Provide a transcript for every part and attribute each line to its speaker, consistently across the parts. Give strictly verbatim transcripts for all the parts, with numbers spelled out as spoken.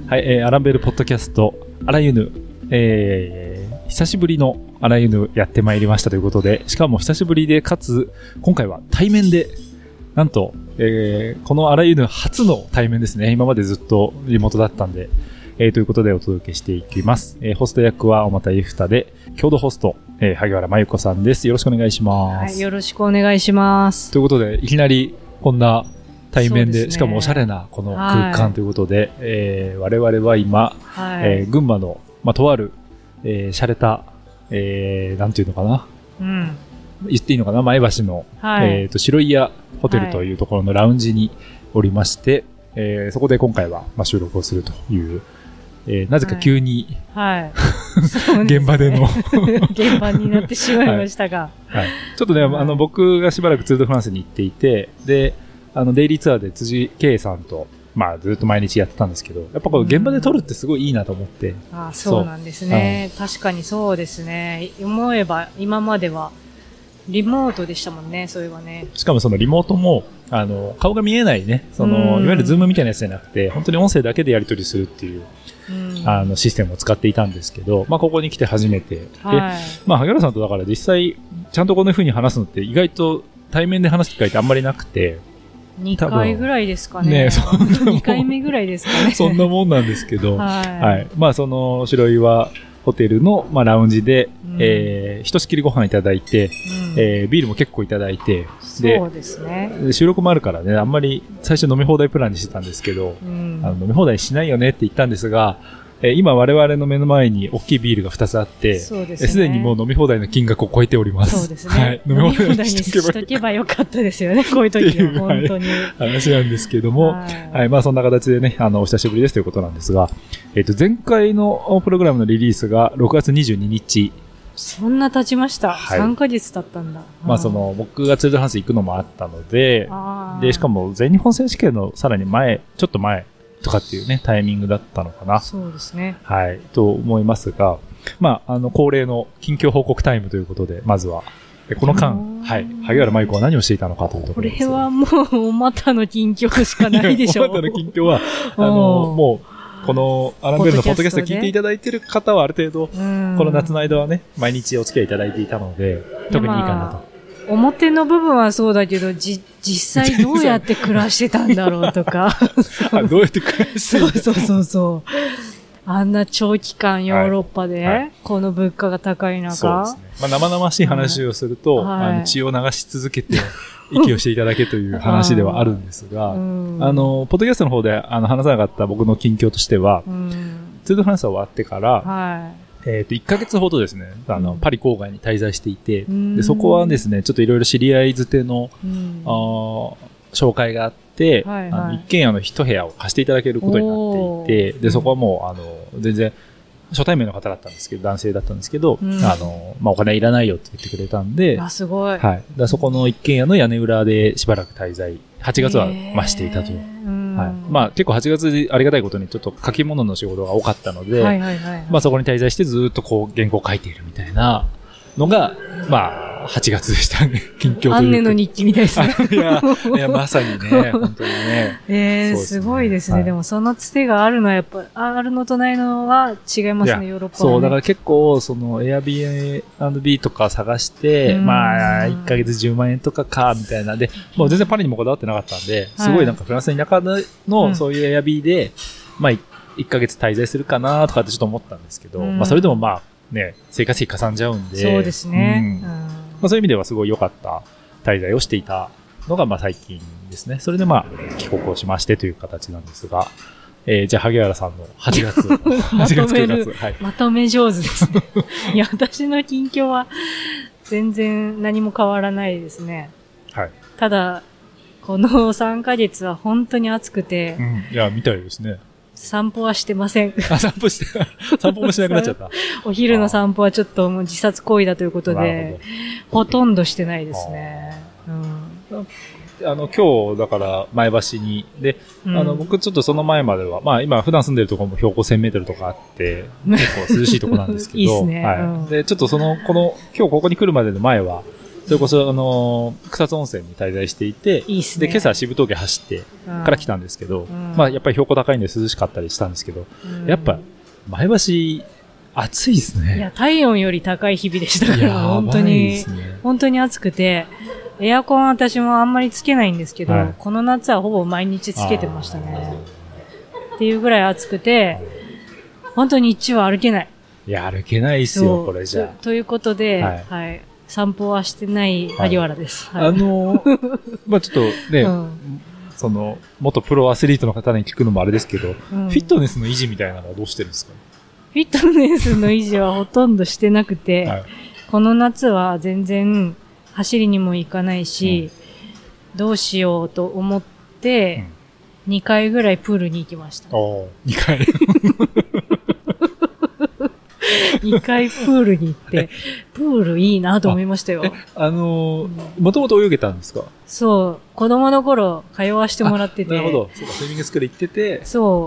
Speaker 1: はい、えー、アランベルポッドキャスト、あらゆぬ、えー、久しぶりのあらゆぬやってまいりましたということで、しかも久しぶりで、かつ、今回は対面で、なんと、えー、このあらゆぬ初の対面ですね。今までずっとリモートだったんで、えー、ということでお届けしていきます。えー、ホスト役は小俣ゆふたで、共同ホスト、えー、萩原真由子さんです。よろしくお願いします。
Speaker 2: はい、よろしくお願いします。
Speaker 1: ということで、いきなりこんな対面 で, で、ね、しかもおしゃれなこの空間ということで、はい、えー、我々は今、はい、えー、群馬の、まあ、とある、えー、洒落た、えー、なんていうのかな、うん、言っていいのかな、前橋の、はい、えー、と白い屋ホテルというところのラウンジにおりまして、はい、えー、そこで今回は、まあ、収録をするという、えー、なぜか急に、はいはい、現場での
Speaker 2: 現場になってしまいましたが、
Speaker 1: はいはい、ちょっとね、はい、あの僕がしばらくツール・ド・フランスに行っていて、であのデイリーツアーで辻圭さんと、まあ、ずっと毎日やってたんですけど、やっぱこう現場で撮るってすごいいいなと思って、うん、
Speaker 2: ああそうなんですね、確かにそうですね。思えば今まではリモートでしたもんね、そういえばね。
Speaker 1: しかもそのリモートもあの顔が見えないね、そのいわゆるズームみたいなやつじゃなくて、本当に音声だけでやり取りするっていう、うん、あのシステムを使っていたんですけど、まあ、ここに来て初めて、はい、で、まあ、萩原さんとだから実際ちゃんとこんな風に話すのって意外と対面で話す機会ってあんまりなくて、
Speaker 2: にかいぐらいですかね。ね、そんなにかいめぐらいですかね。
Speaker 1: そんなもんなんですけど、はい、はい。まあ、その白岩ホテルの、まあ、ラウンジで、うん、えー、ひとしきりご飯いただいて、うん、えー、ビールも結構いただいて、
Speaker 2: で、そうですね。
Speaker 1: 収録もあるからね、あんまり最初飲み放題プランにしてたんですけど、うん、あの飲み放題しないよねって言ったんですが、えー、今我々の目の前に大きいビールがふたつあって、そうですね。すでにもう飲み放題の金額を超えております。
Speaker 2: そうですね。はい。飲み放題にしとけばよかったですよね、こういう時は本当に。はい、
Speaker 1: 話なんですけども、はい、はい。まあそんな形でね、あの、お久しぶりですということなんですが、えっと、前回のプログラムのリリースがろくがつにじゅうににち。
Speaker 2: そんな経ちました。はい、さんかげつ経ったんだ。
Speaker 1: まあその、僕がツール・ド・フランス行くのもあったので、で、しかも全日本選手権のさらに前、ちょっと前、とかっていうね、タイミングだったのかな。
Speaker 2: そうですね。
Speaker 1: はい。と思いますが、まあ、あの、恒例の近況報告タイムということで、まずは、この間、はい。萩原真由子は何をしていたのかというところです。
Speaker 2: これはもう、お股の近況しかないでしょう。
Speaker 1: お股の近況は、あの、もう、このアランベルのポッドキャスト聞いていただいている方はある程度、この夏の間はね、毎日お付き合いいただいていたので、特にいいかなと。
Speaker 2: 表の部分はそうだけど、じ、実際どうやって暮らしてたんだろうとか。
Speaker 1: あ、どうやって暮らしてた
Speaker 2: そうそうそうそう。あんな長期間ヨーロッパで、はいはい、この物価が高い中。
Speaker 1: そうですね。まあ、生々しい話をすると、はい、あの血を流し続けて、息をしていただけという話ではあるんですが、うん、あの、ポッドキャストの方であの話さなかった僕の近況としては、うん、ツール・ド・フランスは終わってから、はいえっと、いっかげつほどですね、あの、うん、パリ郊外に滞在していて、で、そこはですね、ちょっといろいろ知り合いづての、うん、あ紹介があって、はいはい、あの一軒家の一部屋を貸していただけることになっていて、で、そこはもう、あの、全然、初対面の方だったんですけど、男性だったんですけど、うん、あの、まあ、お金いらないよって言ってくれたんで、
Speaker 2: あ、すごい。
Speaker 1: はい。だそこの一軒家の屋根裏でしばらく滞在、はちがつは増していたと。はい。まあ結構はちがつでありがたいことにちょっと書き物の仕事が多かったので、はいはいはいはい、まあそこに滞在してずっとこう原稿を書いているみたいなのが、まあはちがつでしたね。近況というか。
Speaker 2: アンネの日記みたいですね。
Speaker 1: いや、いやまさにね、本当にね。
Speaker 2: えー、すごいですね。はい、でもそのつてがあるのはやっぱ、あるのとないのは違いますね、ヨーロッパは、ね。
Speaker 1: そう、だから結構その Airbnb とか探して、まあいっかげつじゅうまんえんとかか、みたいなで、もう全然パリにもこだわってなかったんで、すごいなんかフランスの田舎のそういう Airbnb で、まあいっかげつ滞在するかなとかってちょっと思ったんですけど、まあそれでもまあね、生活費かさんじゃうんで。
Speaker 2: そうですね。
Speaker 1: うんまあ、そういう意味ではすごい良かった滞在をしていたのがまあ最近ですね。それでまあ帰国をしましてという形なんですが、えー、じゃあ萩原さんのはちがつ、はちがつくがつ、はい、
Speaker 2: まとめ上手ですね。いや私の近況は全然何も変わらないですね。はい。ただこのさんかげつは本当に暑くて、
Speaker 1: うん、いやみたいですね。
Speaker 2: 散歩はしてません。
Speaker 1: あ、散歩して、散歩もしなくなっちゃった。
Speaker 2: お昼の散歩はちょっともう自殺行為だということで、ほとんどしてないですね。
Speaker 1: うん、あの、今日、だから、前橋に、で、うん、あの、僕ちょっとその前までは、まあ今、普段住んでるところも標高せんメートルとかあって、結構涼しいとこなんですけど、いいですね。はい。うん、で、ちょっとその、この、今日ここに来るまでの前は、 それこそ、あのー、草津温泉に滞在していて、
Speaker 2: いいっすね。
Speaker 1: で、今朝渋峠走ってから来たんですけど、うん、まあ、やっぱり標高高いんで涼しかったりしたんですけど、うん、やっぱ、前橋、暑いですね。
Speaker 2: いや、体温より高い日々でしたから、本当に、ね、本当に暑くて、エアコン私もあんまりつけないんですけど、はい、この夏はほぼ毎日つけてましたね。っていうぐらい暑くて、本当に日中は歩けない。
Speaker 1: いや、歩けないっすよ、これじゃあ。
Speaker 2: ということで、はい、はい、散歩はしてない萩原です。はいはい、
Speaker 1: あのー、まあちょっとね、うん、その、元プロアスリートの方に聞くのもあれですけど、うん、フィットネスの維持みたいなのはどうしてるんですか？
Speaker 2: フィットネスの維持はほとんどしてなくて、はい、この夏は全然走りにも行かないし、うん、どうしようと思って、うん、にかいぐらいプールに行きました。
Speaker 1: おー、にかい
Speaker 2: にかいプールに行って、プールいいなと思いましたよ。
Speaker 1: あ、あのー、もともと泳げたんですか？
Speaker 2: そう。子供の頃、通わせてもらってて。
Speaker 1: なるほど。そうか、スイミングスクール行ってて。
Speaker 2: そう。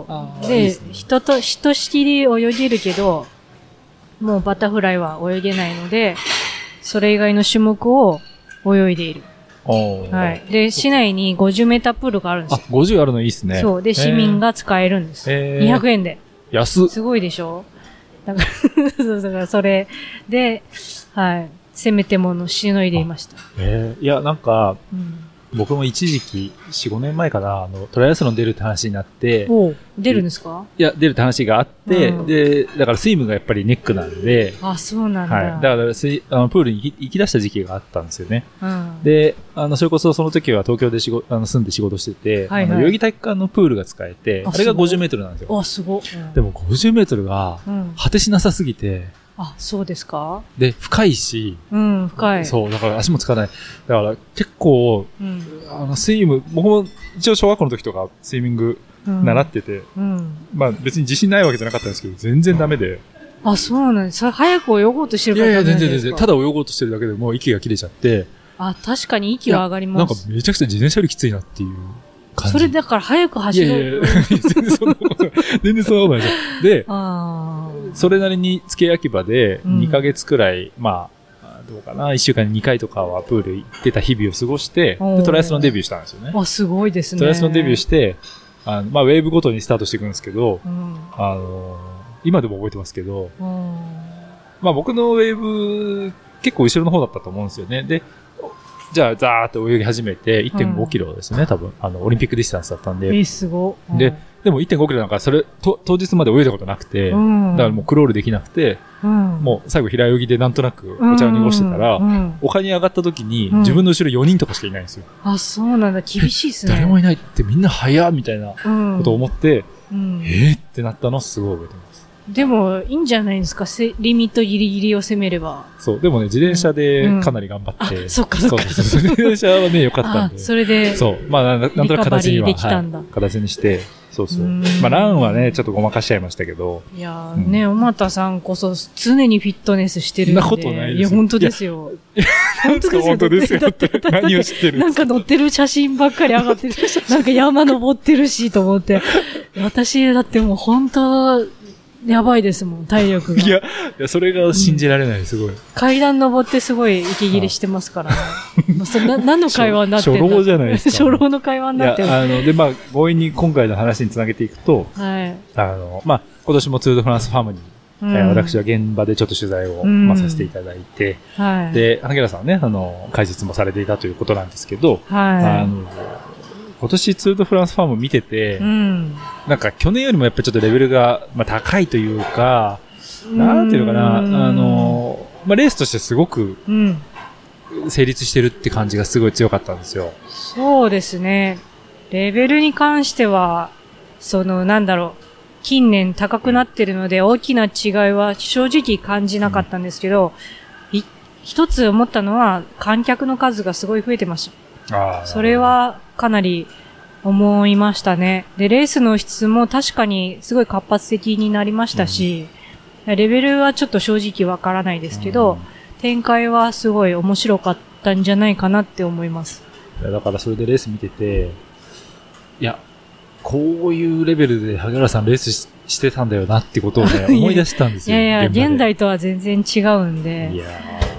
Speaker 2: で、いいね、人と、ひとしきり泳げるけど、もうバタフライは泳げないので、それ以外の種目を泳いでいる。はい。で、市内にごじゅうメータープールがあるんですよ。
Speaker 1: あ、ごじゅうあるのいいっすね。
Speaker 2: そう。で、市民が使えるんです。にひゃくえんで。
Speaker 1: 安っ。
Speaker 2: すごいでしょ？だから、そうだからそれで、はい。せめてものしのいでいました。
Speaker 1: ええー、いや、なんか、うん、僕も一時期、よん、ごねんまえかな、あの、トライアスロン出るって話になって。
Speaker 2: お出るんですか？
Speaker 1: いや、出るって話があって、うん、で、だからスイムがやっぱりネックなんで。
Speaker 2: あ、そうなんだ。
Speaker 1: はい。だからスイ、あの、プールに行き出した時期があったんですよね。うん、で、あの、それこそその時は東京で仕事、あの、住んで仕事してて、はいはい、あの、代々木体育館のプールが使えて、あ, あれがごじゅうメートルなんですよ。
Speaker 2: あ、すごい。うん、
Speaker 1: でもごじゅうメートルが、果てしなさすぎて、
Speaker 2: あ、そうですか？
Speaker 1: で、深いし。
Speaker 2: うん、深い。
Speaker 1: そう、だから足もつかない。だから結構、うん、あの、スイム、僕も一応小学校の時とかスイミング習ってて、うんうん、まあ別に自信ないわけじゃなかったんですけど、全然ダメで。
Speaker 2: あ、そうなんです。それ早く泳ごうとしてるから
Speaker 1: いやいや、全然全然。ただ泳ごうとしてるだけでもう息が切れちゃって。
Speaker 2: あ、確かに息は上がります。
Speaker 1: なんかめちゃくちゃ自転車よりきついなっていう感じ。
Speaker 2: それだから早く走ろう。
Speaker 1: いやいや、全然そんなことない。全然そんなことないですよ。で、あそれなりに付け焼き場でにかげつくらい、うん、まあ、どうかな、いっしゅうかんににかいとかはプール行ってた日々を過ごして、でトライアスロンデビューしたんですよね。
Speaker 2: あ、すごいですね。
Speaker 1: トライアスロンデビューして、あの、まあ、ウェーブごとにスタートしていくんですけど、うん、あの、今でも覚えてますけど、うん、まあ僕のウェーブ結構後ろの方だったと思うんですよね。で、じゃあ、ザーって泳ぎ始めて、いってんごキロですね、うん、多分。あの、オリンピックディスタンスだったんで。
Speaker 2: えー、すご、
Speaker 1: うん。で、でもいってんごキロなんか、それ、と、当日まで泳いだことなくて、うん、だからもうクロールできなくて、うん、もう最後平泳ぎでなんとなくお茶を濁してたら、うんうん、丘に上がった時に、自分の後ろよにんとかしかいないんですよ。
Speaker 2: うん、あ、そうなんだ。厳しいっすね。
Speaker 1: 誰もいないってみんな早みたいなことを思って、うん、えーってなったのすごい覚えてます。
Speaker 2: でも、いいんじゃないですか。リミットギリギリを攻めれば。
Speaker 1: そう。でもね、自転車でかなり頑張って。うんうん、
Speaker 2: そっかそっか。
Speaker 1: そうそうそう。自転車はね、良かったんで。
Speaker 2: それで。
Speaker 1: そう。まあ、なんとなく形には、
Speaker 2: できたんだ、
Speaker 1: はい、形にして。そうそう。まあ、ランはね、ちょっとごまかしちゃいましたけど。
Speaker 2: いやー、うん、ね、おまたさんこそ常にフィットネスしてるんで。
Speaker 1: そんなことないですよ。
Speaker 2: いや、本当ですよ。
Speaker 1: 本当ですよ。本当ですよ。だって何を知ってる
Speaker 2: なんか載ってる写真ばっかり上がってる。なんか山登ってるし、と思って。私、だってもう本当、やばいですもん、体力が。
Speaker 1: いや、いやそれが信じられない、すごい。
Speaker 2: 階段登ってすごい息切れしてますからね。まあ、そな何の会話になってるんだ
Speaker 1: 初老じゃないですか。
Speaker 2: 初老の会話になってる。
Speaker 1: いや、あの、で、まあ、強引に今回の話につなげていくと、はい。あの、まあ、今年もツールドフランスファームに、うん、えー、私は現場でちょっと取材を、まあ、させていただいて、うん、はい。で、萩原さんはね、あの、解説もされていたということなんですけど、はい。あの、今年ツールドフランスファーム見てて、うん、なんか去年よりもやっぱりちょっとレベルが、まあ、高いというか、なんていうのかな、あの、まあ、レースとしてすごく成立してるって感じがすごい強かったんですよ。
Speaker 2: そうですね。レベルに関しては、そのなんだろう、近年高くなってるので大きな違いは正直感じなかったんですけど、うん、一つ思ったのは観客の数がすごい増えてました。あ、それはかなり思いましたね。で、レースの質も確かにすごい活発的になりましたし、うん、レベルはちょっと正直わからないですけど、うん、展開はすごい面白かったんじゃないかなって思います。
Speaker 1: だからそれでレース見てて、いや、こういうレベルで萩原さんレース し, してたんだよなってことをね、思い出したんですよ。
Speaker 2: いやいや、現代とは全然違うんで。いや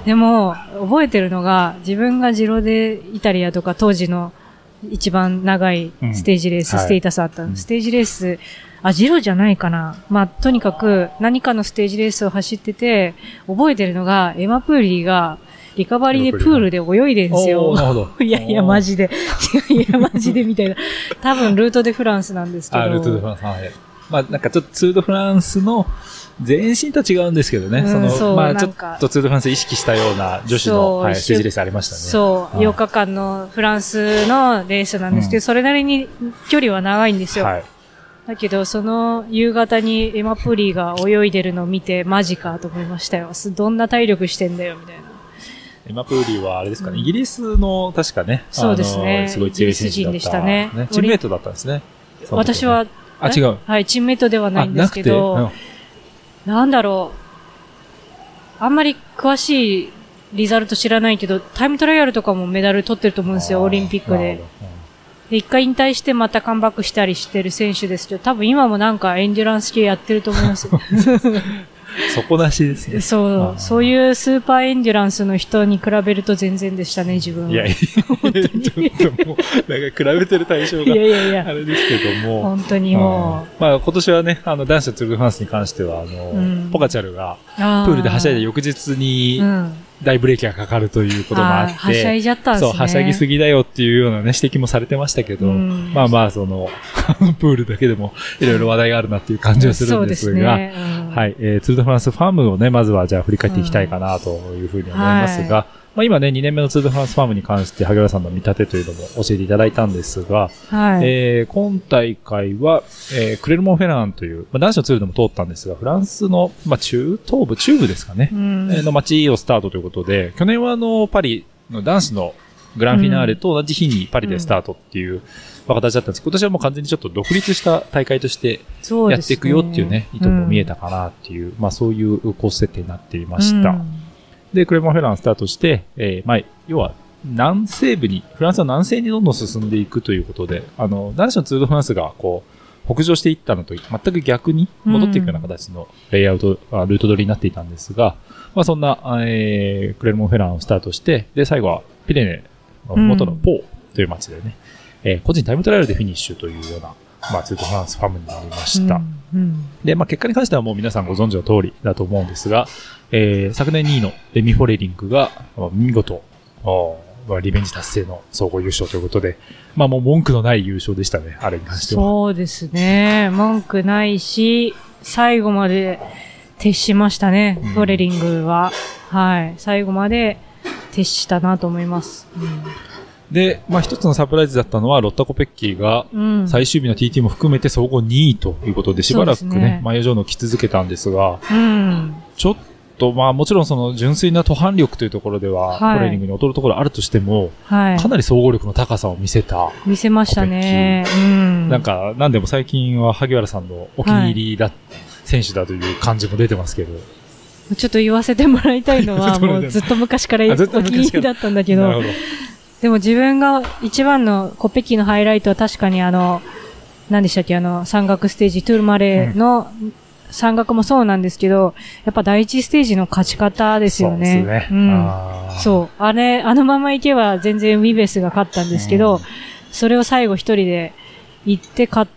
Speaker 2: でも、覚えてるのが、自分がジロデイタリアとか当時の一番長いステージレース、うん、ステータスあった、はい、ステージレース、あ、ジロじゃないかな。まあ、とにかく何かのステージレースを走ってて、覚えてるのが、エマ・プーリーがリカバリーでプールで泳いでるんですよ。
Speaker 1: なるほど。
Speaker 2: いやいや、マジで。いや、マジでみたいな。多分、ルート・デ・フランスなんですけど。
Speaker 1: あ、ルート・デ・フランス。はい。まあ、なんかちょっとツール・ド・フランスの前身とは違うんですけどね。うん、その、そまあ、ちょっとツール・ド・フランス意識したような女子の、はい、ステージレースありましたね。
Speaker 2: そう。よっかかんのフランスのレースなんですけど、うん、それなりに距離は長いんですよ。はい。だけど、その夕方にエマ・プーリーが泳いでるのを見て、マジかと思いましたよ。どんな体力してんだよ、みたいな。
Speaker 1: エマ・プーリーはあれですかね、うん、イギリスの確かね、
Speaker 2: そうですね。
Speaker 1: すごい強い選手だった。イギリス人でしたね。ねチームメイトだったんですね。
Speaker 2: 私は、
Speaker 1: あ、違う。
Speaker 2: はい、チームメイトではないんですけど、な, うん、なんだろう。あんまり詳しいリザルト知らないけど、タイムトライアルとかもメダル取ってると思うんですよ、オリンピックで。で、一回引退してまたカムバックしたりしてる選手ですけど、多分今もなんかエンデュランス系やってると思います。
Speaker 1: 底なしですね。
Speaker 2: そう、そういうスーパーエンデュランスの人に比べると全然でしたね、自分は。
Speaker 1: いやいや、本当にちょっともう、なんか比べてる対象が、いやいやいやあれですけども。
Speaker 2: 本当にも
Speaker 1: う。まあ今年はね、あの、男子のツール・ド・フランスに関しては、あの、うん、ポカチャルが、プールではしゃいで翌日に、うん大ブレーキがかかるということもあって。
Speaker 2: はしゃいじゃったんですね。
Speaker 1: そう、はしゃぎすぎだよっていうようなね、指摘もされてましたけど、うん、まあまあ、その、プールだけでもいろいろ話題があるなっていう感じはするんですが、うんねうん、はい、えー、ツール・ド・フランスファームをね、まずはじゃあ振り返っていきたいかなというふうに思いますが、うんはいまあ、今ね、にねんめのツール・ド・フランスファームに関して、萩原さんの見立てというのも教えていただいたんですが、はいえー、今大会は、えー、クレルモン・フェランという、まあ、男子のツールでも通ったんですが、フランスの、まあ、中東部、中部ですかね、うん、の街をスタートということで、去年はあの、パリの男子のグランフィナーレと同じ日にパリでスタートっていう、まあ、形だったんですけど、今年はもう完全にちょっと独立した大会としてやっていくよっていうね、意図も見えたかなっていう、まあそういうコース設定になっていました。うんで、クレモンフェランスタートして、えー、まあ、要は、南西部に、フランスは南西にどんどん進んでいくということで、あの、男子のツール・ド・フランスが、こう、北上していったのと、全く逆に戻っていくような形のレイアウト、うん、ルート取りになっていたんですが、まあ、そんな、えー、クレモンフェランをスタートして、で、最後は、ピレネの元のポーという街でね、うん、えー、個人タイムトライアルでフィニッシュというような、まあ、ツール・ド・フランスファームになりました。うんうん、で、まあ、結果に関してはもう皆さんご存知の通りだと思うんですが、えー、昨年にいのレミ・フォレリンクが、見事、リベンジ達成の総合優勝ということで、まあもう文句のない優勝でしたね、あれに関しては。
Speaker 2: そうですね。文句ないし、最後まで徹しましたね、うん、フォレリングは。はい。最後まで徹したなと思います。うん
Speaker 1: で、まあ一つのサプライズだったのは、ロッタ・コペッキーが、最終日の ティーティー も含めて総合にいということで、しばらくね、マイヤージョーノを来続けたんですが、うん、ちょっと、まあもちろんその純粋な途半力というところでは、はい、トレーニングに劣るところあるとしても、はい、かなり総合力の高さを見せた。
Speaker 2: 見せましたね。うん、
Speaker 1: なんか、なんでも最近は萩原さんのお気に入りだ、はい、選手だという感じも出てますけど。
Speaker 2: ちょっと言わせてもらいたいのは、もうずっと昔からお気に入りだったんだけど、なるほどでも自分が一番のコペッキーのハイライトは確かにあの、何でしたっけ、あの、山岳ステージ、トゥールマレーの山岳もそうなんですけど、やっぱ第一ステージの勝ち方ですよね。そうですね。うん。そう。あれ、あのまま行けば全然ウィベスが勝ったんですけど、うん、それを最後一人で行って勝って、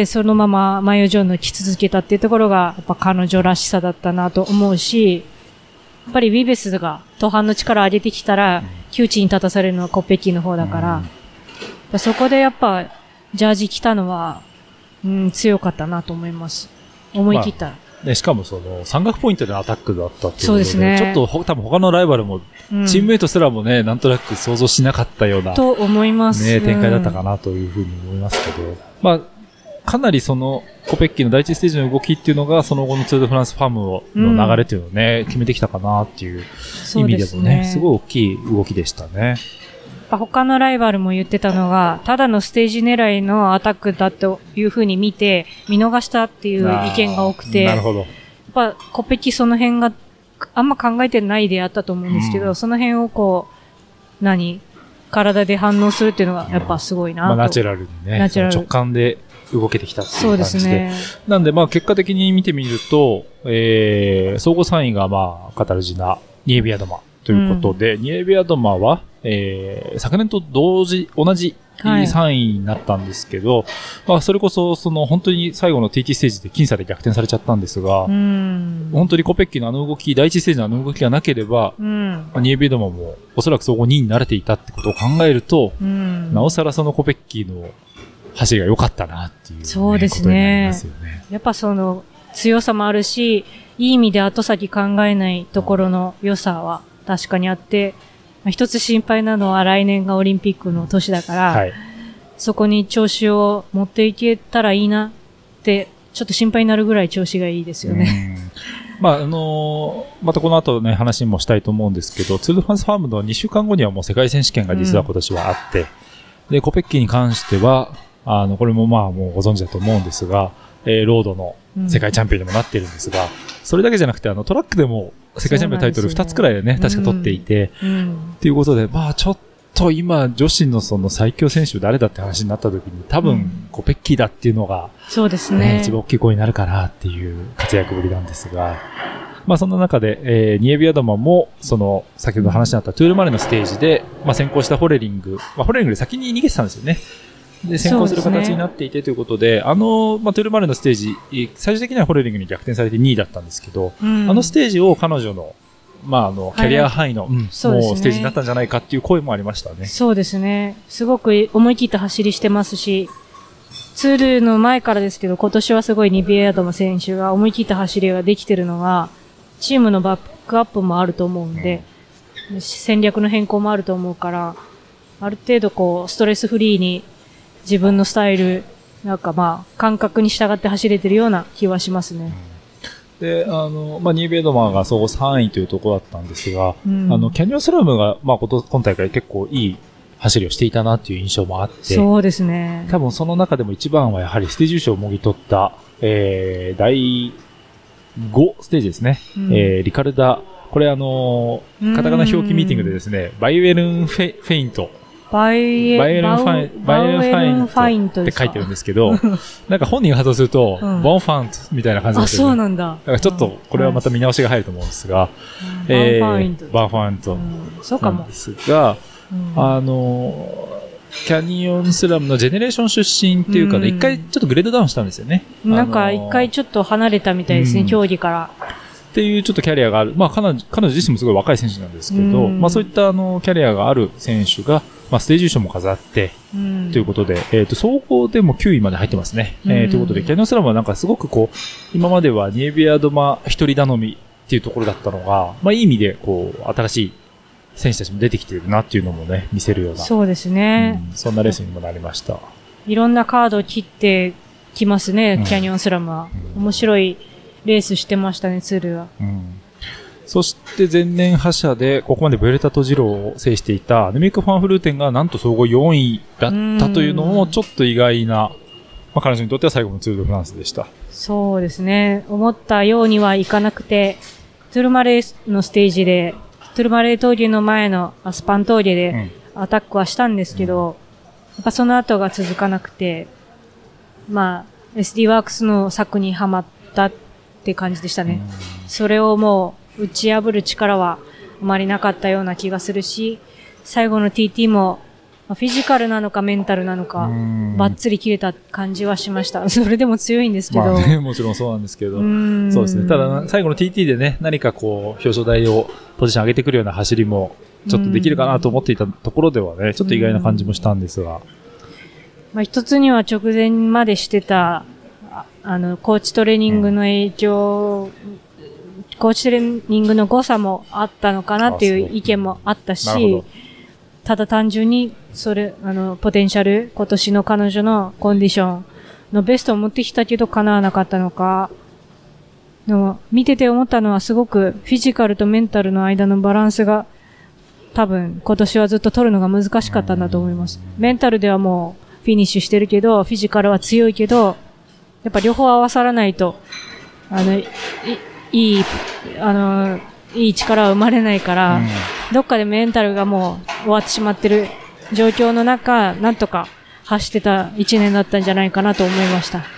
Speaker 2: そのままマイオジョンの来続けたっていうところが、やっぱ彼女らしさだったなと思うし、やっぱりウィベスが途半の力を上げてきたら、窮地に立たされるのはコペッキーの方だから、うん、そこでやっぱ、ジャージ着たのは、うん、強かったなと思います。思い切った。ま
Speaker 1: あ、ね、しかもその、山岳ポイントでのアタックだったっていうことで、
Speaker 2: そうですね。
Speaker 1: ちょっと多分他のライバルも、うん、チームメイトすらもね、なんとなく想像しなかったような、
Speaker 2: と思います。
Speaker 1: ね、展開だったかなというふうに思いますけど、うん、まあ、かなりその、コペッキーの第一ステージの動きっていうのが、その後のツール・ド・フランスファームの流れっていうのをね、うん、決めてきたかなっていう意味でもね、すごい大きい動きでしたね。
Speaker 2: 他のライバルも言ってたのが、ただのステージ狙いのアタックだというふうに見て、見逃したっていう意見が多くて、
Speaker 1: なるほど。やっ
Speaker 2: ぱコペッキーその辺があんま考えてないであったと思うんですけど、うん、その辺をこう、何体で反応するっていうのがやっぱすごいなと。
Speaker 1: まあナチュラルにね、ナチュラル直感で動けてきたっていう感じで。そうですね。なんでまあ結果的に見てみると、えー、総合さんいがまあカタルジナ、ニエビアドマ、 ということで、うん、ニエビアドマは、えー、昨年と同時、同じさんいになったんですけど、はい、まあ、それこそ、その、本当に最後の ティーティー ステージで僅差で逆転されちゃったんですが、うん、本当にコペッキのあの動き、第一ステージのあの動きがなければ、うん、まあ、ニエビアドマもおそらく総合にいになれていたってことを考えると、うん、なおさらそのコペッキの走りが良かったなっていう、ね、
Speaker 2: そうですね。ことになりますよね。やっぱその、強さもあるし、いい意味で後先考えないところの良さは確かにあって、まあ、一つ心配なのは来年がオリンピックの年だから、はい、そこに調子を持っていけたらいいなって、ちょっと心配になるぐらい調子がいいですよね。
Speaker 1: まあ、あのー、またこの後ね、話もしたいと思うんですけど、ツール・ド・フランス・ファームのにしゅうかんごにはもう世界選手権が実は今年はあって、うん、で、コペッキに関しては、あの、これもまあもうご存知だと思うんですが、えー、ロードの世界チャンピオンにもなってるんですが、うん、それだけじゃなくて、あの、トラックでも世界チャンピオンタイトルふたつくらいでね、確か取っていて、うんうん、っていうことで、まあちょっと今、女子のその最強選手誰だって話になった時に、多分、コペッキーだっていうのが、
Speaker 2: そうですね。
Speaker 1: 一番大きい声になるかなっていう活躍ぶりなんですが、まあそんな中で、えー、ニエビアドマも、その、先ほど話になったトゥールマレのステージで、まあ先行したホレリング、まあホレリングで先に逃げてたんですよね。で、先行する形になっていてということで、でね、あの、まあ、トゥールマレのステージ、最終的にはホレリングに逆転されてにいだったんですけど、うん、あのステージを彼女の、まあ、あの、キャリアハイの、はい、うん、もうステージになったんじゃないかっていう声もありましたね。
Speaker 2: そうですね。すごく思い切った走りしてますし、ツールの前からですけど、今年はすごいニビアドマ選手が思い切った走りができてるのは、チームのバックアップもあると思うんで、うん、戦略の変更もあると思うから、ある程度こう、ストレスフリーに、自分のスタイル、なんかまあ、感覚に従って走れてるような気はしますね。
Speaker 1: うん、で、あの、まあ、ニーベードマンが総合さんいというところだったんですが、うん、あの、キャニオンスラムが、まあ、今大会結構いい走りをしていたなっていう印象もあって、
Speaker 2: そうですね。
Speaker 1: 多分その中でも一番はやはりステージ優勝をもぎ取った、えー、だいごステージですね。うん、えー、リカルダ、これあの、カタカナ表記ミーティングでですね、バイウェルンフェ、フェイント、
Speaker 2: バイエ
Speaker 1: バイエルンファイン、バイエルンファイントって書いてるんですけど、なんか本人が発動すると、うん、ボンファントみたいな感じですよね。
Speaker 2: あ、そうなんだ。だ
Speaker 1: からちょっと、これはまた見直しが入ると思うんですが、
Speaker 2: うん、えー、バンファイント。
Speaker 1: バンファイント。
Speaker 2: そうかも。
Speaker 1: なんですが、うん、あの、キャニオンスラムのジェネレーション出身っていうかね、一、うん、回ちょっとグレードダウンしたんですよね。
Speaker 2: なんか一回ちょっと離れたみたいですね、うん、競技から。
Speaker 1: っていうちょっとキャリアがある。まあ彼女、彼女自身もすごい若い選手なんですけど、うん、まあそういったあの、キャリアがある選手が、まあステージ優勝も飾って、うん、ということで、えっ、ー、と、総合でもきゅういまで入ってますね。うん、えー、ということで、キャニオンスラムはなんかすごくこう、今まではニエビアドマ一人頼みっていうところだったのが、まあいい意味でこう、新しい選手たちも出てきているなっていうのもね、見せるような。
Speaker 2: そうですね。
Speaker 1: うん、そんなレースにもなりました。
Speaker 2: いろんなカードを切ってきますね、うん、キャニオンスラムは。うん、面白いレースしてましたね、ツールは。うん、
Speaker 1: そして前年覇者でここまでブエルタとジローを制していたアヌミック・ファンフルーテンがなんと総合よんいだったというのもちょっと意外な、まあ、彼女にとっては最後のツール・ド・フランスでした。
Speaker 2: そうですね。思ったようにはいかなくて、トゥルマレーのステージで、トゥルマレー峠の前のアスパン峠でアタックはしたんですけど、うん、やっぱその後が続かなくて、まあ、エスディー ワークスの策にはまったって感じでしたね。うん、それをもう打ち破る力はあまりなかったような気がするし、最後の ティーティー もフィジカルなのかメンタルなのか、バッツリ切れた感じはしました。それでも強いんですけど。
Speaker 1: まあね、もちろんそうなんですけど。そうですね。ただ、最後の ティーティー でね、何かこう、表彰台をポジション上げてくるような走りも、ちょっとできるかなと思っていたところではね、ちょっと意外な感じもしたんですが。
Speaker 2: まあ一つには直前までしてた、あの、コーチトレーニングの影響、うん、コーチトレーニングの誤差もあったのかなっていう意見もあったし、ただ単純に、それ、あの、ポテンシャル、今年の彼女のコンディションのベストを持ってきたけど叶わなかったのか、でも、見てて思ったのはすごくフィジカルとメンタルの間のバランスが、多分今年はずっと取るのが難しかったんだと思います。メンタルではもうフィニッシュしてるけど、フィジカルは強いけど、やっぱ両方合わさらないと、あの、いいい、あの、いい力は生まれないから、うん、どっかでメンタルがもう終わってしまってる状況の中、なんとか走ってた一年だったんじゃないかなと思いました。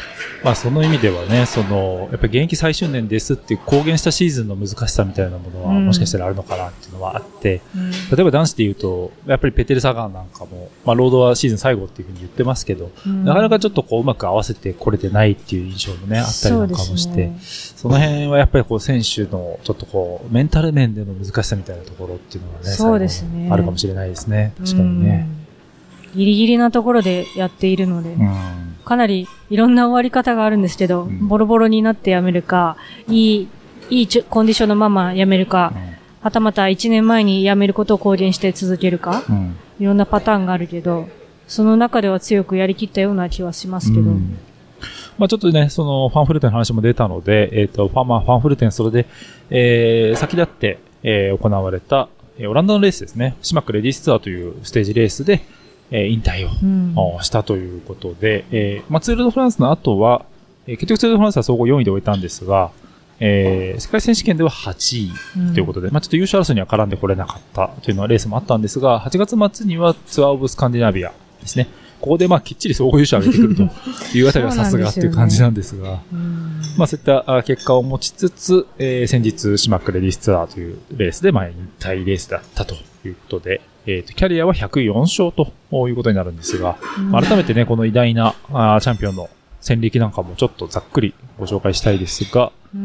Speaker 1: まあその意味ではね、その、やっぱり現役最終年ですっていう公言したシーズンの難しさみたいなものは、もしかしたらあるのかなっていうのはあって、うん、例えば男子で言うと、やっぱりペテル・サガンなんかも、まあロードはシーズン最後っていうふうに言ってますけど、うん、なかなかちょっとこううまく合わせてこれてないっていう印象もね、あったりなんかもして、そ, ね、その辺はやっぱりこう選手のちょっとこう、メンタル面での難しさみたいなところっていうのはね、
Speaker 2: そうですね。
Speaker 1: あるかもしれないですね。確かにね。
Speaker 2: うん、ギリギリなところでやっているので。うんかなりいろんな終わり方があるんですけど、うん、ボロボロになってやめるか、いい、いいコンディションのままやめるか、うん、はたまたいちねんまえにやめることを公言して続けるか、うん、いろんなパターンがあるけど、その中では強くやりきったような気はしますけど。うん、
Speaker 1: まあちょっとね、そのファンフルテンの話も出たので、えっ、ー、と、ファン、まあファンフルテンそれで、えー、先立って、えー、行われた、オランダのレースですね。シマックレディスツアーというステージレースで、えー、引退を、うん、したということで、えーまあ、ツール・ド・フランスの後は、えー、結局ツール・ド・フランスは総合よんいで終えたんですが、えー、世界選手権でははちいということで、うん、まあ、ちょっと優勝争いには絡んでこれなかったというのはレースもあったんですが、はちがつ末にはツアー・オブ・スカンディナビアですね。ここでまあきっちり総合優勝を上げてくるというあたりはさすがっていう感じなんですが、そうなんですよね。まあそういった結果を持ちつつ、えー、先日シマックレディスツアーというレースでまあ引退レースだったということで、えっと、キャリアはひゃくよん勝ということになるんですが、うん、改めてね、この偉大なあチャンピオンの戦歴なんかもちょっとざっくりご紹介したいですが、うん、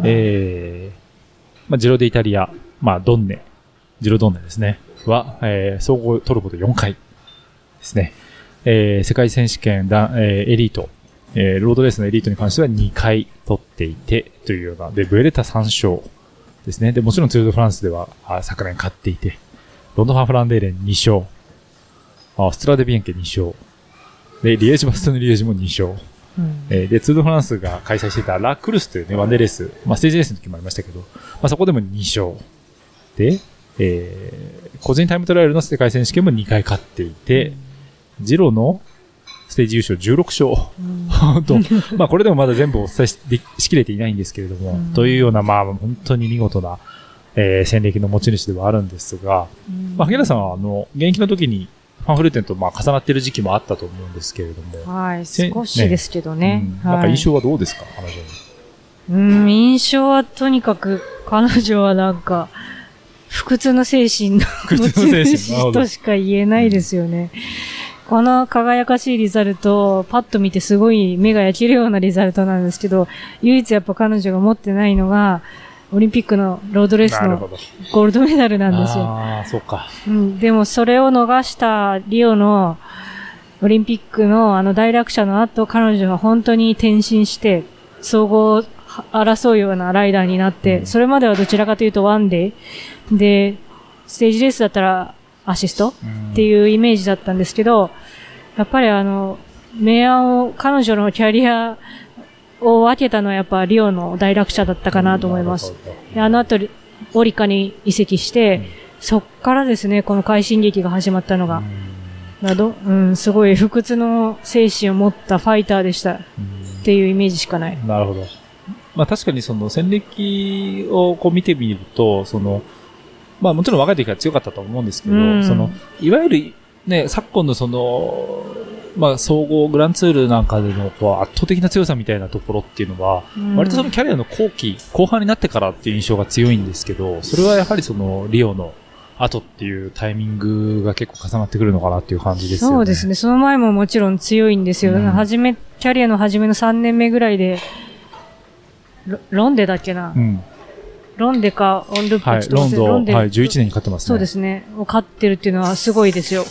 Speaker 1: えー、まあ、ジロデイタリア、まあ、ドンネ、ジロドンネですね、は、えー、総合取ることよんかいですね。えー、世界選手権だ、えー、エリート、えー、ロードレースのエリートに関してはにかい取っていて、というような、で、ブエレタさん勝ですね。で、もちろんツールドフランスでは、あ昨年勝っていて、ロンドンファンフランデーレンに勝、あストラデビエンケに勝、で、リエージバストヌリエージもに勝、うん、えー、で、ツールドフランスが開催していたラ・クルスというね、ワンデーレース、まあ、ステージレースの時もありましたけど、まあ、そこでもに勝。で、えー、個人タイムトライアルの世界選手権もにかい勝っていて、うん、ジロのステージ優勝じゅうろく勝。うん、とまあこれでもまだ全部お伝え し, しきれていないんですけれども、うん、というようなまあ本当に見事な、えー、戦歴の持ち主ではあるんですが、うん、まあ萩原さんはあの現役の時にファンフルテンとまあ重なっている時期もあったと思うんですけれども、
Speaker 2: はい、少しですけどね。ね、
Speaker 1: うん、なんか印象はどうですか、彼女
Speaker 2: に。うん、印象はとにかく彼女はなんか不屈の精神の持ち主としか言えないですよね。この輝かしいリザルトをパッと見てすごい目が焼けるようなリザルトなんですけど、唯一やっぱ彼女が持ってないのが、オリンピックのロードレースのゴールドメダルなんですよ。
Speaker 1: ああ、そうか。
Speaker 2: うん、でもそれを逃したリオのオリンピックのあの大落車の後、彼女は本当に転身して、総合を争うようなライダーになって、うん、それまではどちらかというとワンデーで、ステージレースだったらアシストっていうイメージだったんですけど、やっぱりあの、明暗を、彼女のキャリアを分けたのはやっぱリオの大落車だったかなと思います。であの後、オリカに移籍して、うん、そっからですね、この快進撃が始まったのが。など、うん、すごい不屈の精神を持ったファイターでしたっていうイメージしかない。
Speaker 1: なるほど。まあ確かにその戦歴をこう見てみると、その、まあもちろん若い時から強かったと思うんですけど、うん、その、いわゆるね、昨今のその、まあ総合グランツールなんかでのこう圧倒的な強さみたいなところっていうのは、うん、割とそのキャリアの後期、後半になってからっていう印象が強いんですけど、それはやはりそのリオの後っていうタイミングが結構重なってくるのかなっていう感じですよね。
Speaker 2: そうですね。その前ももちろん強いんですよ。うん、はじめ、キャリアの初めのさんねんめぐらいで、ロ, ロンデだっけな。うんロンデか、オンルップ、
Speaker 1: はい、ロンド、ロンデはい、じゅういちねんに勝ってますね。
Speaker 2: そうですね。を勝ってるっていうのはすごいですよ。うん、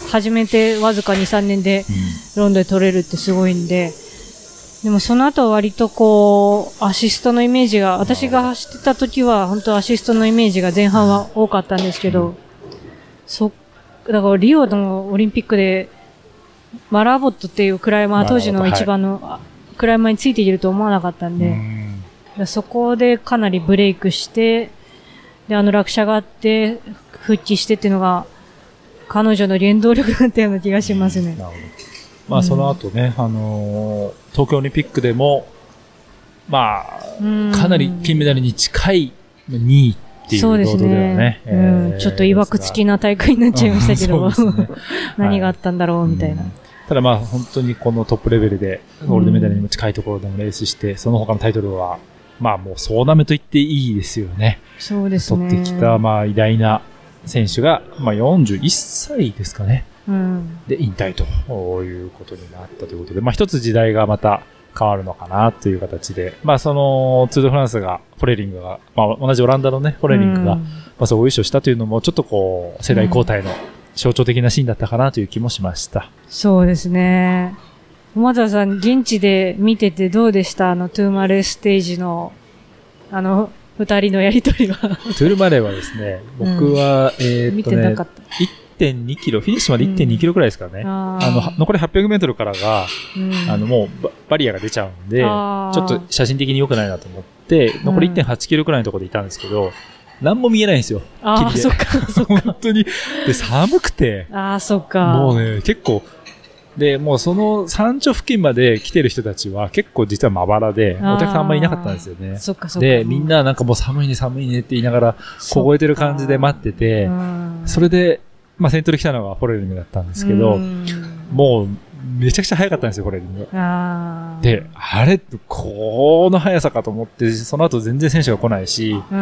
Speaker 2: 初めてわずかに、さんねんで、ロンドで取れるってすごいんで、でもその後は割とこう、アシストのイメージが、私が走ってた時は、本当アシストのイメージが前半は多かったんですけど、うん、そ、だからリオのオリンピックで、マラーボットっていうクライマー、当時の一番の、はい、クライマーについていけると思わなかったんで、うんそこでかなりブレイクして、で、あの落車があって、復帰してっていうのが、彼女の原動力だったような気がしますね。なるほど。
Speaker 1: まあ、その後ね、うん、あのー、東京オリンピックでも、まあ、かなり金メダルに近いにいっていうロードではね。
Speaker 2: そうですね。うん、ちょっと曰くつきな大会になっちゃいましたけど、ね、何があったんだろうみたいな。うん
Speaker 1: ただまあ本当にこのトップレベルでゴールドメダルにも近いところでもレースして、うん、その他のタイトルはまあもう総なめと言っていいですよね。
Speaker 2: そうですね。
Speaker 1: 取ってきたまあ偉大な選手がまあよんじゅういっさいですかね。
Speaker 2: うん、で
Speaker 1: 引退ということになったということで、まあ一つ時代がまた変わるのかなという形で、まあそのツール・ド・フランスがフォレリングが、まあ同じオランダのねフォレリングが、うん、まあ総合優勝したというのもちょっとこう世代交代の象徴的なシーンだったかなという気もしました。うん、
Speaker 2: そうですね。駒田さん現地で見ててどうでした？あのトゥーマレーステージのあの二人のやりとりは。ト
Speaker 1: ゥールマレーはですね、僕は、うん、えー、っとね、
Speaker 2: 見てなかった。
Speaker 1: いってんにキロ、フィニッシュまで いってんにキロくらいですかね。うん、ああの、残りはっぴゃくメートルからが、うん、あの、もうバ、バリアが出ちゃうんで、ちょっと写真的に良くないなと思って、残り いってんはちキロくらいのところでいたんですけど、何も見えないんですよ。
Speaker 2: ああ、そっか、そっか。
Speaker 1: 本当に。で、寒くて。
Speaker 2: ああ、そっか。
Speaker 1: もうね、結構、で、もうその山頂付近まで来てる人たちは結構実はまばらで、お客さんあんまりいなかったんですよね。
Speaker 2: そっかそっか。
Speaker 1: で、みんななんかもう寒いね寒いねって言いながら凍えてる感じで待ってて、それで、まあ先頭で来たのがフォレリングだったんですけど、もうめちゃくちゃ速かったんですよ、フォレリング。
Speaker 2: あ
Speaker 1: で、あれ、この速さかと思って、その後全然選手が来ないし、うん、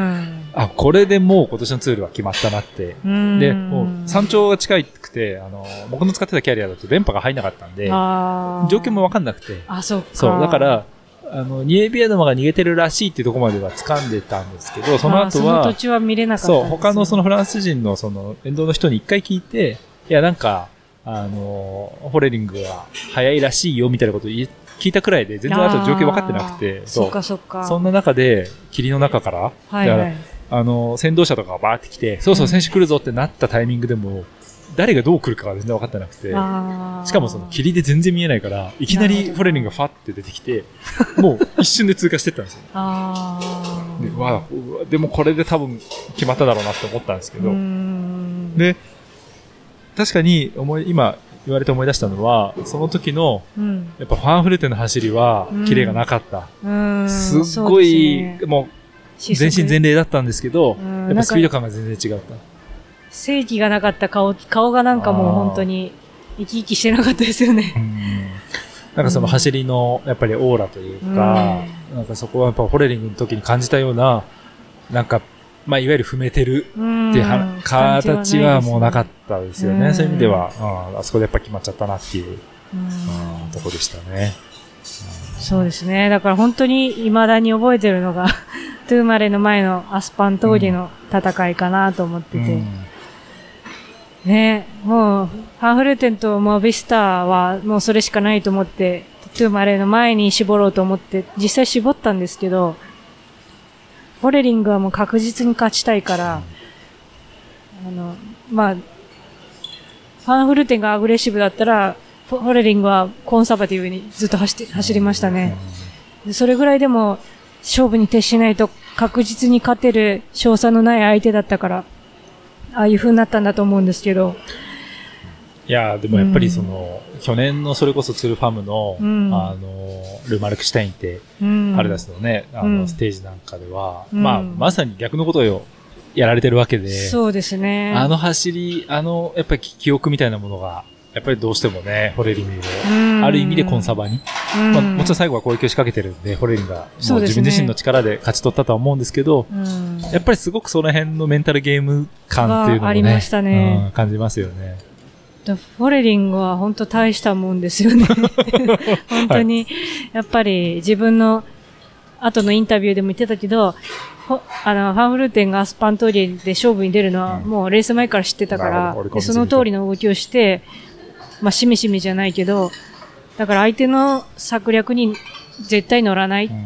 Speaker 1: あ、これでもう今年のツールは決まったなって。で、もう山頂が近くて、あの、僕の使ってたキャリアだと電波が入んなかったんで、状況もわかんなくて。
Speaker 2: あ、そうか。
Speaker 1: そう、だから、あの、ニエビアドマが逃げてるらしいっていうところまでは掴んでたんですけど、その後は、そ
Speaker 2: の土地は見れなかったんですよ。
Speaker 1: そう、他のそのフランス人のその沿道の人に一回聞いて、いや、なんか、あの、フォレリングが早いらしいよみたいなことを聞いたくらいで、全然あと状況分かってなくて、
Speaker 2: そう。そっかそっか。
Speaker 1: そんな中で、霧の中から、はいはい、だからあの、先導車とかがバーって来て、そうそう選手来るぞってなったタイミングでも、誰がどう来るかが全然分かってなくて、しかもその霧で全然見えないから、いきなりフォレリングがファって出てきて、もう一瞬で通過してったんですよ。
Speaker 2: あ
Speaker 1: で、わあ、でもこれで多分決まっただろうなって思ったんですけど、で、確かに思い、今言われて思い出したのは、その時の、うん、やっぱファンフルテンの走りは、キレがなかった。うん、すっごい、ね、もう、全身全霊だったんですけど、やっぱスピード感が全然違った。
Speaker 2: 正気がなかった顔、顔がなんかもう本当に生き生きしてなかったですよね。
Speaker 1: うん、なんかその走りの、やっぱりオーラというか、うん、なんかそこはやっぱフォレリングの時に感じたような、なんか、まあ、いわゆる踏めてるっていうは形はもうなかったですよね。うん、そういう意味では、うん、あそこでやっぱ決まっちゃったなっていう、うんうん、とこでしたね、
Speaker 2: うん。そうですね。だから本当に未だに覚えてるのが、トゥーマレの前のアスパン峠の戦いかなと思ってて。うん、ね、もう、ファンフルテンとモビスターはもうそれしかないと思って、トゥーマレの前に絞ろうと思って、実際絞ったんですけど、フォレリングはもう確実に勝ちたいから、あの、まあ、ファンフルテンがアグレッシブだったら、フォレリングはコンサバティブにずっと走って、走りましたね。それぐらいでも勝負に徹しないと確実に勝てる勝差のない相手だったから、ああいう風になったんだと思うんですけど。
Speaker 1: いやでもやっぱりその、うん、去年のそれこそツールファムの、うん、あの、ルーマルクシュタインって、うん、ハルダスのね、あの、ステージなんかでは、うん、まあ、まさに逆のことをやられてるわけで。そうですね。あの走り、あの、やっぱり記憶みたいなものが、やっぱりどうしてもね、フォレリングを、ある意味でコンサバに。まあ、もちろん最後は攻撃を仕掛けてるんで、フォレリングがもう自分自身の力で勝ち取ったとは思うんですけど、やっぱりすごくその辺のメンタルゲーム感っていうのもね、ありましたね、うん、感じますよね。
Speaker 2: フォレリングは本当大したもんですよね。本当に、やっぱり自分の後のインタビューでも言ってたけど、あの、ファンフルテンがアスパントリーで勝負に出るのはもうレース前から知ってたから、うん、でその通りの動きをして、まあ、しめしめじゃないけど、だから相手の策略に絶対乗らない。うん、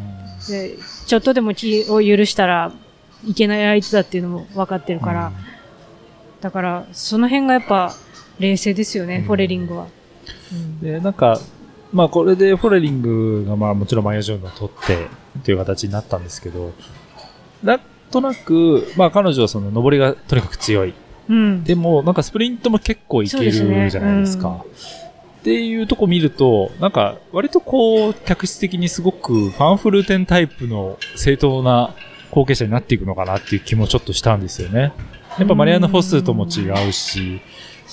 Speaker 2: でちょっとでも気を許したらいけない相手だっていうのも分かってるから、うん、だからその辺がやっぱ冷静ですよね、うん、フォレリングは。
Speaker 1: うん、で、なんか、まあこれでフォレリングがまあもちろんマイヤージョーンを取ってという形になったんですけど、なんとなく、まあ彼女はその上りがとにかく強い。うん、でも、なんかスプリントも結構いけるじゃないですか。っていうとこ見ると、なんか割とこう、客室的にすごくファンフルテンタイプの正当な後継者になっていくのかなっていう気もちょっとしたんですよね。やっぱマリアナ・フォスとも違うし、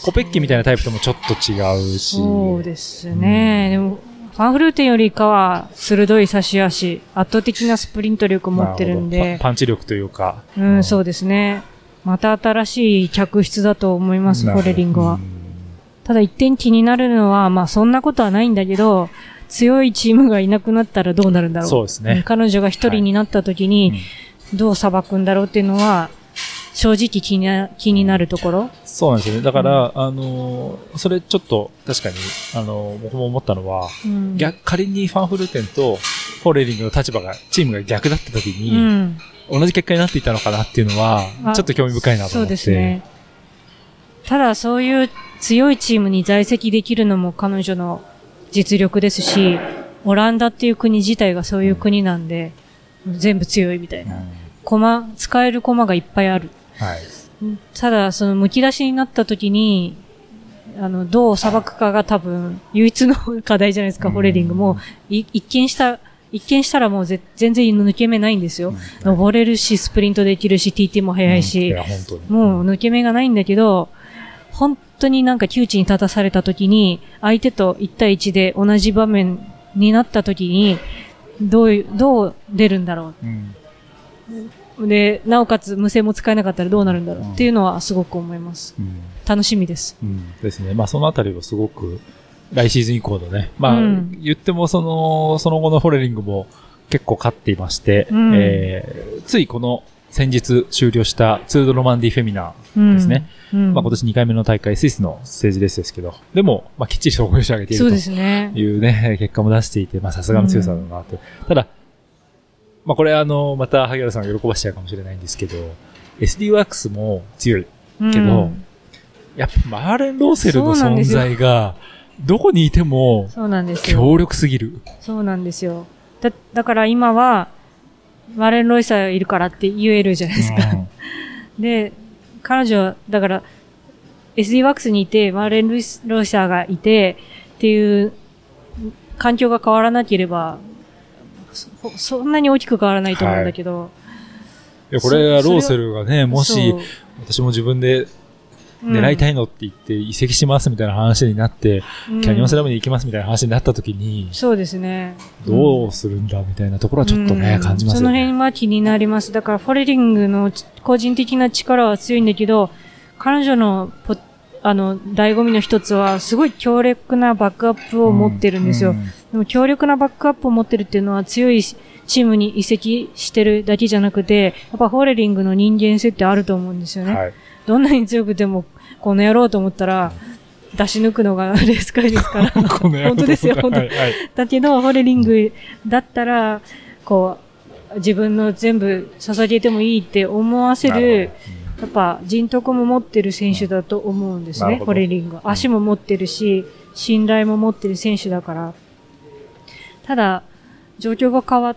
Speaker 1: コペッキみたいなタイプともちょっと違うし。
Speaker 2: そうですね。うん、でも、ファンフルーテンよりかは鋭い差し足、圧倒的なスプリント力を持ってるんで。
Speaker 1: パンチ力というか。
Speaker 2: うん、うん、そうですね。また新しい客室だと思います、フォレリングは。ただ一点気になるのは、まあそんなことはないんだけど、強いチームがいなくなったらどうなるんだろう。
Speaker 1: そうですね。
Speaker 2: 彼女が一人になった時に、どう裁くんだろうっていうのは、正直気にな、気になるところ。
Speaker 1: そうなんですよね。だから、うん、あの、それちょっと確かに、あの、僕も思ったのは、うん、逆、仮にファンフルーテンとフォレリングの立場が、チームが逆だった時に、うん、同じ結果になっていたのかなっていうのは、ちょっと興味深いなと思って。そうですね。
Speaker 2: ただそういう強いチームに在籍できるのも彼女の実力ですし、オランダっていう国自体がそういう国なんで、全部強いみたいな。コマ、使えるコマがいっぱいある。はい。ただ、その剥き出しになった時に、あの、どう裁くかが多分、唯一の課題じゃないですか、フォレリングも。い一見した、一見したらもうぜ全然抜け目ないんですよ。うん、登れるし、スプリントできるし、ティーティー も速いし、うん、いや本当にもう抜け目がないんだけど、本当になんか窮地に立たされた時に、相手といち対いちで同じ場面になった時に、どういう、どう出るんだろう。うん、で、なおかつ無線も使えなかったらどうなるんだろうっていうのはすごく思います。うん、楽しみです。
Speaker 1: うん、ですね。まあそのあたりはすごく、来シーズン以降のね、まあ、うん、言ってもその、その後のフォレリングも結構勝っていまして、うん、えー、ついこの先日終了したツールドロマンディフェミナですね。うんうん、まあ今年にかいめの大会、スイスのステージレースですけど、でも、まあきっちり総合優勝を上げているというね、ね結果も出していて、まあさすがの強さだなと。うん、ただ、まあこれあの、また萩原さんが喜ばしちゃうかもしれないんですけど、エスディー ワークスも強いけど、うん、やっぱマーレン・ローセルの存在が、どこにいても、強力すぎる。
Speaker 2: そうなんですよ。だ、だから今は、マーレン・ロイサーいるからって言えるじゃないですか。うん、で、彼女は、だから、エスディー ワークスにいて、マーレン・ロイサーがいて、っていう環境が変わらなければ、そ, そんなに大きく変わらないと思うんだけど。はい、
Speaker 1: いや、これはローセルがね、もし、私も自分で、狙いたいのって言って移籍しますみたいな話になって、うん、キャニオンスラムに行きますみたいな話になった時に、
Speaker 2: そうですね。
Speaker 1: どうするんだみたいなところはちょっとね、うん、感じますよね。
Speaker 2: その辺は気になります。だからフォレリングの個人的な力は強いんだけど、彼女のポあの醍醐味の一つはすごい強力なバックアップを持ってるんですよ。うんうん、でも強力なバックアップを持ってるっていうのは強いチームに移籍してるだけじゃなくて、やっぱフォレリングの人間性ってあると思うんですよね。はい、どんなに強くてもこの野郎と思ったら、出し抜くのがレース界ですから。本当ですよ、本当、はいはい。だけど、フォレリングだったら、こう、自分の全部捧げてもいいって思わせる、やっぱ人徳も持ってる選手だと思うんですね、フォレリングは。足も持ってるし、信頼も持ってる選手だから。ただ、状況が変わって、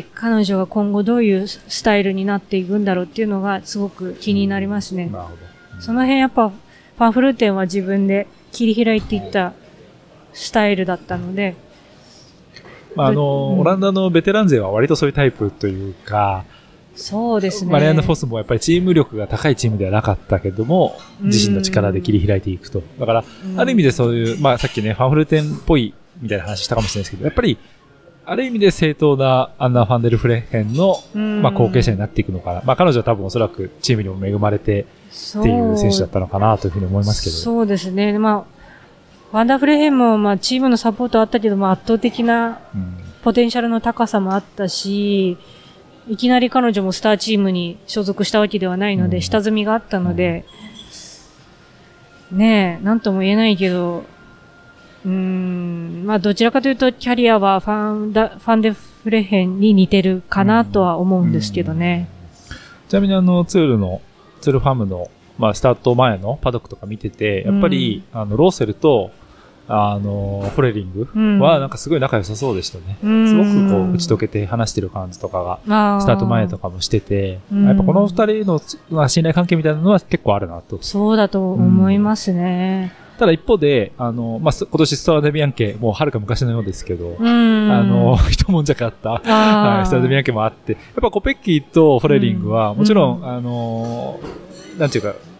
Speaker 2: 彼女が今後どういうスタイルになっていくんだろうっていうのがすごく気になりますね。なるほど。その辺やっぱ、ファンフルーテンは自分で切り開いていったスタイルだったので。
Speaker 1: まあ、あの、うん、オランダのベテラン勢は割とそういうタイプというか、
Speaker 2: そうですね。
Speaker 1: マリアンナ・フォスもやっぱりチーム力が高いチームではなかったけども、自身の力で切り開いていくと。だから、ある意味でそういう、まあさっきね、ファンフルーテンっぽいみたいな話したかもしれないですけど、やっぱり、ある意味で正当なアンナ・ファンデルフレッヘンの、まあ、後継者になっていくのかな。まあ、彼女は多分おそらくチームにも恵まれてっていう選手だったのかなというふうに思いますけど。
Speaker 2: そうですね。まあ、ファンダーフレッヘンも、まあ、チームのサポートあったけど、まあ、圧倒的なポテンシャルの高さもあったし、いきなり彼女もスターチームに所属したわけではないので、うん、下積みがあったので、うん、ねえ、なんとも言えないけど、うーん、まあどちらかというとキャリアはファンダ、ファンデフレヘンに似てるかなとは思うんですけどね。
Speaker 1: うんうん、ちなみにあの、ツールの、ツールファームの、まあスタート前のパドックとか見てて、やっぱり、うん、あの、ローセルと、あの、フォレリングはなんかすごい仲良さそうでしたね。うん、すごくこう、打ち解けて話してる感じとかが、スタート前とかもしてて、やっぱこの二人の、まあ、信頼関係みたいなのは結構あるなと。
Speaker 2: そうだと思いますね。
Speaker 1: うんただ一方で、あの、まあ、今年ストラデビアンケ、もうはるか昔のようですけど、あの、一悶着あった、はい、ストラデビアンケもあって、やっぱコペッキーとフォレリングは、もちろん、うん、あの、なんていうか、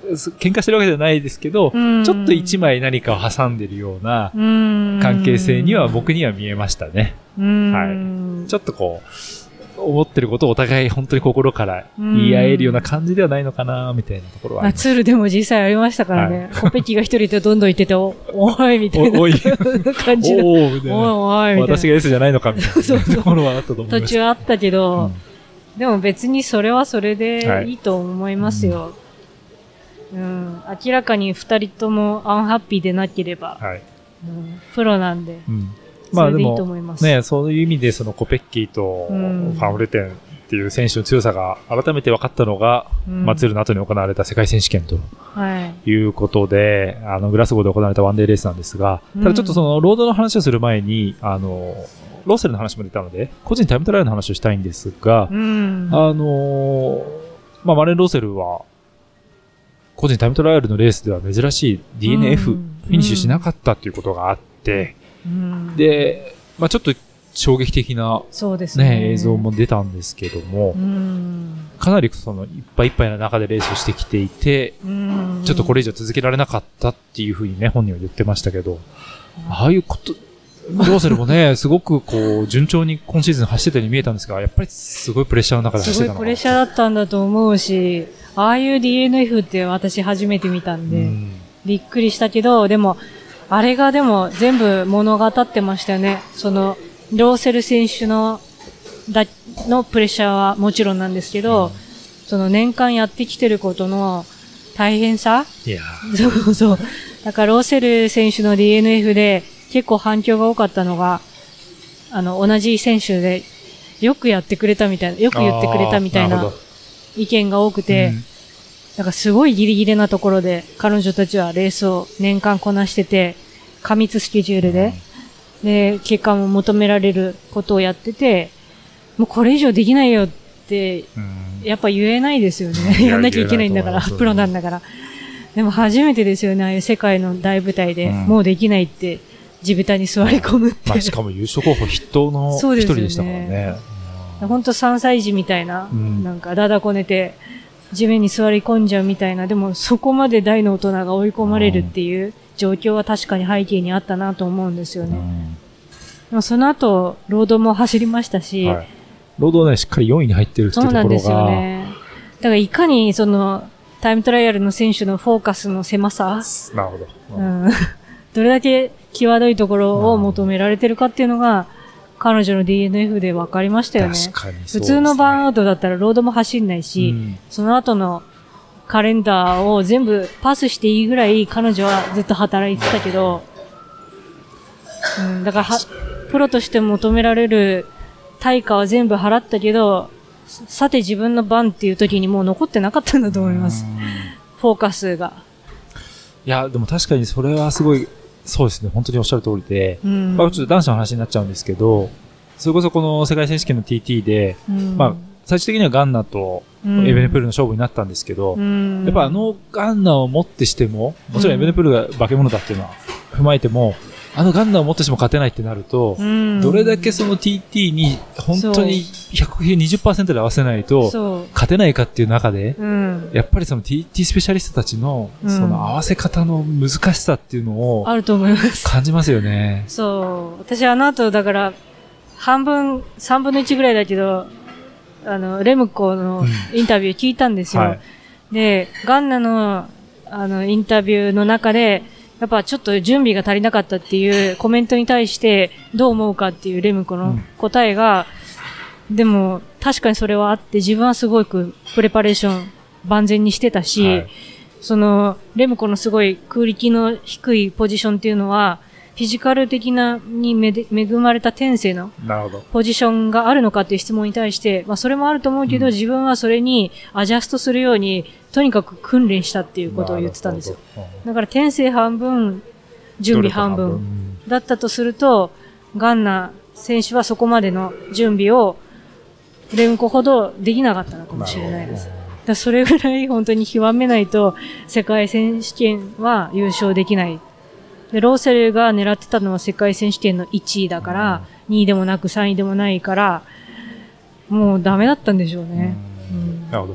Speaker 1: 喧嘩してるわけじゃないですけど、ちょっと一枚何かを挟んでるような関係性には僕には見えましたね。はい。ちょっとこう、思ってることをお互い本当に心から言い合えるような感じではないのかな、みたいなところはあります。
Speaker 2: ツールでも実際ありましたからね。はい、コペキが一人でどんどん言ってて、お、おい、みたいな感じで。おー、みたいな。おい、おい、みたいな。
Speaker 1: 私が S じゃないのか、みたいなところはあったと思います。
Speaker 2: 途中あったけど、うん、でも別にそれはそれでいいと思いますよ。はいうん、明らかに二人ともアンハッピーでなければ、はいうん、プロなんで、うん、それでいいと思います。
Speaker 1: まあでもね、そういう意味でそのコペッキーとファンフレテンっていう選手の強さが改めて分かったのが、うん、マツールの後に行われた世界選手権ということで、はい、あのグラスゴーで行われたワンデーレースなんですが、ただちょっとそのロードの話をする前に、あのローセルの話も出たので、個人タイムトライアルの話をしたいんですが、うん、あのまあマレン・ローセルは個人タイムトライアルのレースでは珍しい ディーエヌエフ、うん、フィニッシュしなかったっていうことがあって、うん、で、まあちょっと衝撃的な、
Speaker 2: そうですね、
Speaker 1: 映像も出たんですけども、うん、かなりそのいっぱいいっぱいな中でレースをしてきていて、うん、ちょっとこれ以上続けられなかったっていうふうにね、本人は言ってましたけど、ああいうこと、ローセルもね、すごくこう、順調に今シーズン走ってたように見えたんですが、やっぱりすごいプレッシャーの中で走ってたのかな。
Speaker 2: すごいプレッシャーだったんだと思うし、ああいう ディーエヌエフ って私初めて見たんで、うん、びっくりしたけど、でも、あれがでも全部物語ってましたよね。その、ローセル選手の、だ、のプレッシャーはもちろんなんですけど、うん、その年間やってきてることの大変さ
Speaker 1: いや
Speaker 2: そうそう。だからローセル選手の ディーエヌエフ で結構反響が多かったのが、あの、同じ選手でよくやってくれたみたいな、よく言ってくれたみたいな意見が多くて、うん、だからすごいギリギリなところで彼女たちはレースを年間こなしてて、過密スケジュールで、うん、で、結果も求められることをやってて、もうこれ以上できないよって、やっぱ言えないですよね。うん、やんなきゃいけないんだから、プロなんだから。でも初めてですよね、ああいう世界の大舞台で、うん、もうできないって地べたに座り込むって。
Speaker 1: まあ、しかも優勝候補筆頭の一人でしたからね。
Speaker 2: ほんとさんさい児みたいな、うん、なんかだだこねて地面に座り込んじゃうみたいな、でもそこまで大の大人が追い込まれるっていう状況は確かに背景にあったなと思うんですよね。うん、でもその後、ロードも走りましたし、はい、
Speaker 1: ロードはね、しっかりよんいに入ってるっていうところが。そうなんですよね。
Speaker 2: だからいかにその、タイムトライアルの選手のフォーカスの狭さ。
Speaker 1: なるほど。
Speaker 2: うん、どれだけ際どいところを求められてるかっていうのが、彼女の ディーエヌエフ で分かりましたよね。
Speaker 1: 確かにそうですね。
Speaker 2: 普通のバーンアウトだったらロードも走んないし、うん、その後のカレンダーを全部パスしていいぐらい彼女はずっと働いてたけど、うん、だからは、プロとして求められる対価は全部払ったけど、さて自分の番っていう時にもう残ってなかったんだと思います。フォーカスが。
Speaker 1: いや、でも確かにそれはすごい、そうですね。本当におっしゃる通りで、うん、まあちょっと男子の話になっちゃうんですけど、それこそこの世界選手権の ティーティー で、うん、まあ最終的にはガンナとエベネプールの勝負になったんですけど、うん、やっぱあのガンナをもってしても、もちろんエベネプールが化け物だっていうのは踏まえても、あのガンナをもってしても勝てないってなると、うん、どれだけその ティーティー に本当にひゃくにじゅっパーセント で合わせないと勝てないかっていう中で、うん、やっぱりその ティーティー スペシャリストたちのその合わせ方の難しさっていうのを
Speaker 2: あると思います。
Speaker 1: 感じますよね。
Speaker 2: そう。私あの後だから半分、三分の一ぐらいだけど、あの、レムコのインタビュー聞いたんですよ。うんはい、で、ガンナのあのインタビューの中で、やっぱちょっと準備が足りなかったっていうコメントに対してどう思うかっていうレムコの答えが、うん、でも確かにそれはあって自分はすごくプレパレーション万全にしてたし、はい、そのレムコのすごい空力の低いポジションっていうのはフィジカル的なにめで恵まれた天性のポジションがあるのかっていう質問に対して、まあそれもあると思うけど、うん、自分はそれにアジャストするようにとにかく訓練したっていうことを言ってたんですよ。だから天性半分、準備半分だったとすると、ガンナ選手はそこまでの準備をレムコほどできなかったのかもしれないです。だそれぐらい本当に極めないと世界選手権は優勝できない。で、ローセルが狙ってたのは世界選手権のいちいだから、うん、にいでもなくさんいでもないから、もうダメだったんでしょうね。
Speaker 1: うんうん、なるほど。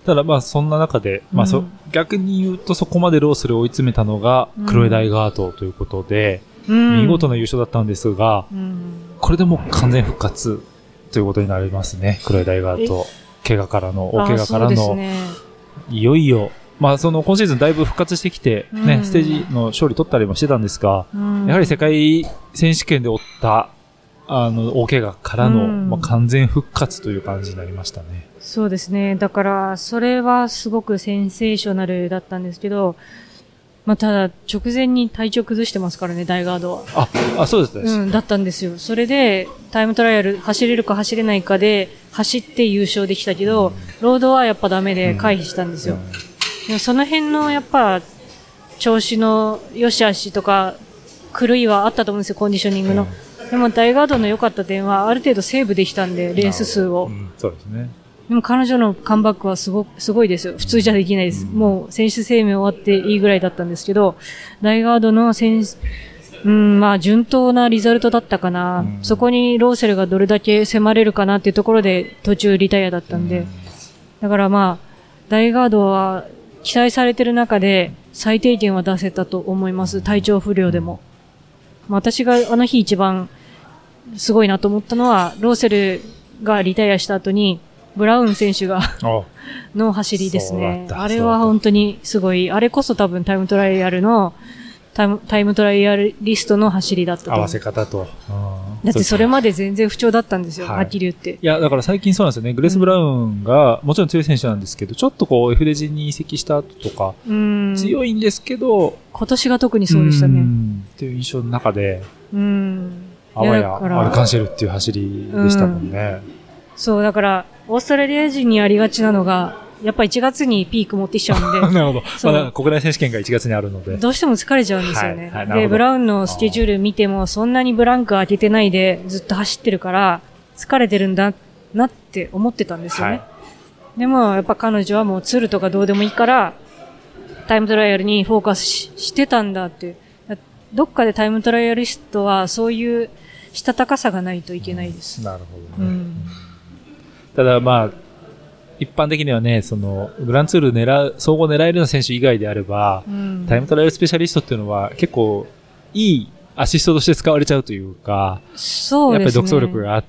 Speaker 1: ただまあそんな中で、まあそ、うん、逆に言うとそこまでロースルを追い詰めたのがクロエダイガートということで、うん、見事な優勝だったんですが、うん、これでもう完全復活ということになりますね。クロエダイガート。怪我からの、大怪我からの、ね、いよいよ、まあその今シーズンだいぶ復活してきてね、うん、ステージの勝利取ったりもしてたんですが、うん、やはり世界選手権で負ったあの大怪我からの、うん、まあ、完全復活という感じになりましたね。
Speaker 2: そうですね。だからそれはすごくセンセーショナルだったんですけど、まあただ直前に体調崩してますからね、ダイガードは。
Speaker 1: あ、あそうですね。
Speaker 2: うん、だったんですよ。それでタイムトライアル走れるか走れないかで走って優勝できたけど、うん、ロードはやっぱダメで回避したんですよ。うんうん、でもその辺のやっぱ調子の良し悪しとか狂いはあったと思うんですよ、コンディショニングの。うん、でもダイガードの良かった点はある程度セーブできたんで、レース数を。
Speaker 1: うん、そうですね。
Speaker 2: でも彼女のカムバックはすごく、すごいですよ。普通じゃできないです。うん、もう選手生命終わっていいぐらいだったんですけど、ダイガードの選手、うん、まあ順当なリザルトだったかな。うん、そこにローセルがどれだけ迫れるかなっていうところで途中リタイアだったんで。うん、だからまあ、ダイガードは期待されてる中で最低限は出せたと思います。体調不良でも。まあ、私があの日一番すごいなと思ったのは、ローセルがリタイアした後に、ブラウン選手がの走りですね。あれは本当にすごい。あれこそ多分タイムトライアルのタイム、タイムトライアルリストの走りだったと。
Speaker 1: 合わせ方と。
Speaker 2: だってそれまで全然不調だったんですよ、はっきり言って。
Speaker 1: いや、だから最近そうなんですよね。グレース・ブラウンが、もちろん強い選手なんですけど、ちょっとこう エフデジに移籍した後とか、強いんですけど、
Speaker 2: 今年が特にそうでしたね。
Speaker 1: っていう印象の中で、あわやアルカンシェルっていう走りでしたもんね。
Speaker 2: そう、だから、オーストラリア人にありがちなのが、やっぱいちがつにピーク持ってきちゃうんで。
Speaker 1: なるほど。まだ国内選手権がいちがつにあるので。
Speaker 2: どうしても疲れちゃうんですよね。はいはい、で、ブラウンのスケジュール見ても、そんなにブランク開けてないでずっと走ってるから、疲れてるんだなって思ってたんですよね。はい、でも、やっぱ彼女はもうツールとかどうでもいいから、タイムトライアルにフォーカス し, してたんだって。どっかでタイムトライアリストはそういうしたたかさがないといけないです。
Speaker 1: うん、なるほどね。うん、ただまあ、一般的にはね、その、グランツール狙う、総合狙えるような選手以外であれば、うん、タイムトライアルスペシャリストっていうのは結構いいアシストとして使われちゃうというか、
Speaker 2: そうですね。
Speaker 1: やっぱり独走力があって、